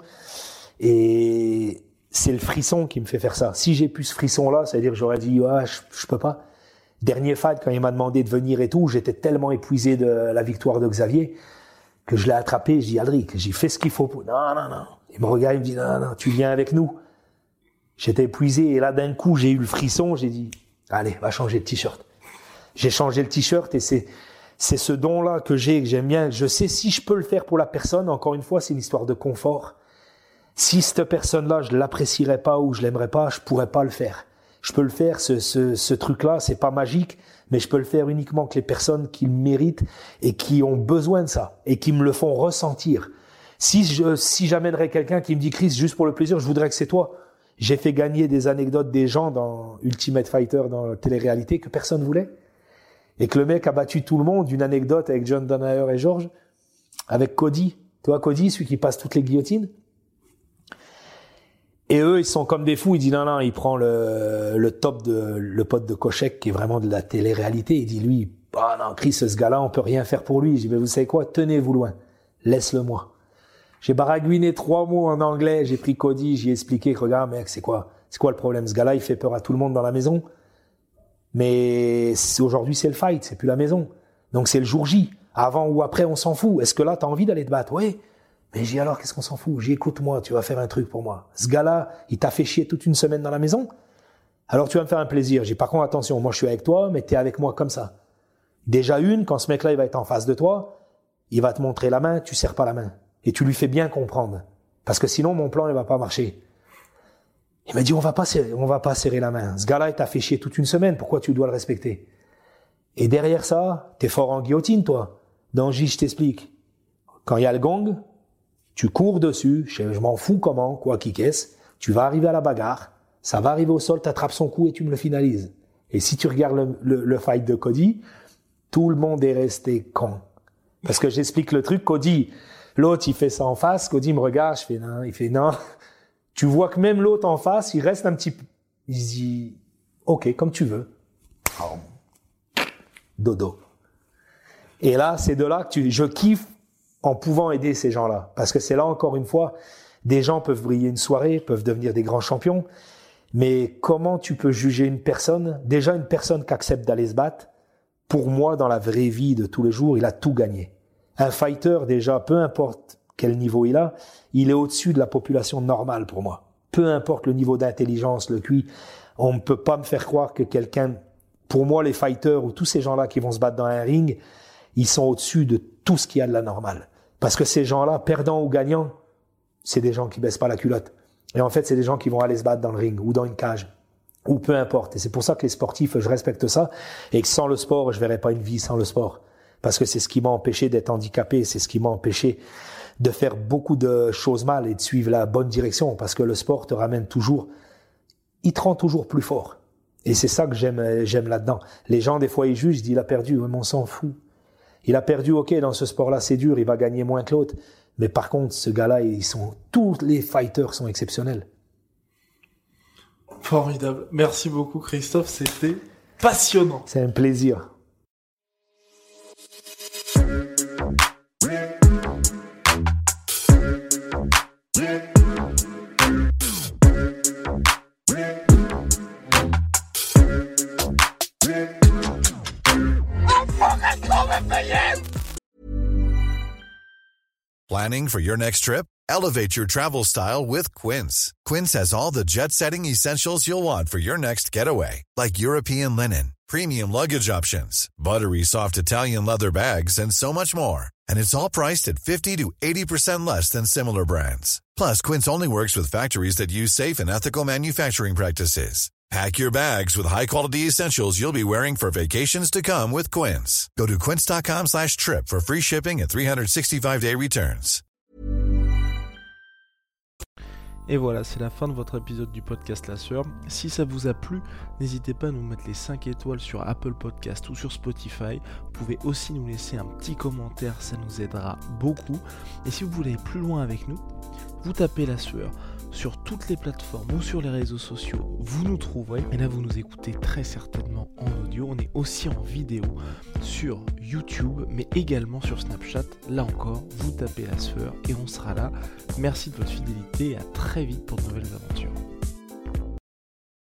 Et c'est le frisson qui me fait faire ça. Si j'ai plus ce frisson-là, c'est-à-dire que j'aurais dit, ah, je, je peux pas. Dernier fight, quand il m'a demandé de venir et tout, j'étais tellement épuisé de la victoire de Xavier que je l'ai attrapé. Je dis, Aldric, j'ai fait ce qu'il faut pour... Non, non, non. Il me regarde, il me dit, non, non, tu viens avec nous. J'étais épuisé et là, d'un coup, j'ai eu le frisson. J'ai dit, allez, va changer de t-shirt. J'ai changé le t-shirt et c'est... c'est ce don-là que j'ai, que j'aime bien. Je sais si je peux le faire pour la personne. Encore une fois, c'est une histoire de confort. Si cette personne-là, je l'apprécierais pas ou je l'aimerais pas, je pourrais pas le faire. Je peux le faire, ce, ce, ce truc-là, c'est pas magique, mais je peux le faire uniquement avec les personnes qui le méritent et qui ont besoin de ça et qui me le font ressentir. Si je, si j'amènerais quelqu'un qui me dit, Chris, juste pour le plaisir, je voudrais que c'est toi. J'ai fait gagner des anecdotes des gens dans Ultimate Fighter, dans la télé-réalité, que personne voulait. Et que le mec a battu tout le monde. Une anecdote avec John Danaher et Georges, avec Cody. Tu vois, Cody, celui qui passe toutes les guillotines. Et eux, ils sont comme des fous. Il dit non, non, il prend le, le top de, le pote de Kochek, qui est vraiment de la télé-réalité. Il dit, lui, ah non, Chris, ce gars-là, on peut rien faire pour lui. Je dis, mais vous savez quoi? Tenez-vous loin. Laisse-le moi. J'ai baragouiné trois mots en anglais. J'ai pris Cody, j'y ai expliqué que regarde, mec, c'est quoi? C'est quoi le problème? Ce gars-là, il fait peur à tout le monde dans la maison. Mais c'est, aujourd'hui, c'est le fight, c'est plus la maison. Donc c'est le jour J. Avant ou après, on s'en fout. Est-ce que là, t'as envie d'aller te battre? Oui. Mais j'ai alors, qu'est-ce qu'on s'en fout? J'ai écoute-moi, tu vas faire un truc pour moi. Ce gars-là, il t'a fait chier toute une semaine dans la maison. Alors tu vas me faire un plaisir. J'ai par contre, attention, moi je suis avec toi, mais t'es avec moi comme ça. Déjà une, quand ce mec-là, il va être en face de toi, il va te montrer la main, tu serres pas la main. Et tu lui fais bien comprendre. Parce que sinon, mon plan, il va pas marcher. Il m'a dit, on va pas serrer, on va pas serrer la main. Ce gars-là, il t'a fait chier toute une semaine. Pourquoi tu dois le respecter? Et derrière ça, t'es fort en guillotine, toi. Dans J, je t'explique. Quand il y a le gong, tu cours dessus. Je, je m'en fous comment, quoi qu'il qu'est-ce. Tu vas arriver à la bagarre. Ça va arriver au sol, t'attrapes son cou et tu me le finalises. Et si tu regardes le, le, le fight de Cody, tout le monde est resté con. Parce que j'explique le truc. Cody, l'autre, il fait ça en face. Cody me regarde, je fais non. Il fait non. Tu vois que même l'autre en face, il reste un petit peu. Il se dit, ok, comme tu veux. Oh. Dodo. Et là, c'est de là que tu, je kiffe en pouvant aider ces gens-là. Parce que c'est là, encore une fois, des gens peuvent briller une soirée, peuvent devenir des grands champions. Mais comment tu peux juger une personne? Déjà, une personne qui accepte d'aller se battre, pour moi, dans la vraie vie de tous les jours, il a tout gagné. Un fighter, déjà, peu importe quel niveau il a, il est au-dessus de la population normale pour moi. Peu importe le niveau d'intelligence, le Q I, on ne peut pas me faire croire que quelqu'un, pour moi, les fighters ou tous ces gens-là qui vont se battre dans un ring, ils sont au-dessus de tout ce qu'il y a de la normale. Parce que ces gens-là, perdants ou gagnants, c'est des gens qui baissent pas la culotte. Et en fait, c'est des gens qui vont aller se battre dans le ring ou dans une cage, ou peu importe. Et c'est pour ça que les sportifs, je respecte ça, et que sans le sport, je verrais pas une vie sans le sport. Parce que c'est ce qui m'a empêché d'être handicapé, c'est ce qui m'a empêché de faire beaucoup de choses mal et de suivre la bonne direction, parce que le sport te ramène toujours, il te rend toujours plus fort. Et c'est ça que j'aime, j'aime là-dedans. Les gens, des fois, ils jugent, ils disent, il a perdu, mais on s'en fout. Il a perdu, ok, dans ce sport-là, c'est dur, il va gagner moins que l'autre. Mais par contre, ce gars-là, ils sont, tous les fighters sont exceptionnels. Formidable. Merci beaucoup, Christophe, c'était passionnant. C'est un plaisir. Planning for your next trip? Elevate your travel style with Quince. Quince has all the jet-setting essentials you'll want for your next getaway, like European linen, premium luggage options, buttery soft Italian leather bags, and so much more. And it's all priced at fifty to eighty percent less than similar brands. Plus, Quince only works with factories that use safe and ethical manufacturing practices. Pack your bags with high-quality essentials you'll be wearing for vacations to come with Quince. Go to quince.com slash trip for free shipping and three sixty-five day returns. Et voilà, c'est la fin de votre épisode du podcast La Sueur. Si ça vous a plu, n'hésitez pas à nous mettre les cinq étoiles sur Apple Podcast ou sur Spotify. Vous pouvez aussi nous laisser un petit commentaire, ça nous aidera beaucoup. Et si vous voulez aller plus loin avec nous, vous tapez La Sueur sur toutes les plateformes ou sur les réseaux sociaux, vous nous trouverez. Et là, vous nous écoutez très certainement en audio. On est aussi en vidéo sur YouTube, mais également sur Snapchat. Là encore, vous tapez La Sueur et on sera là. Merci de votre fidélité et à très vite pour de nouvelles aventures.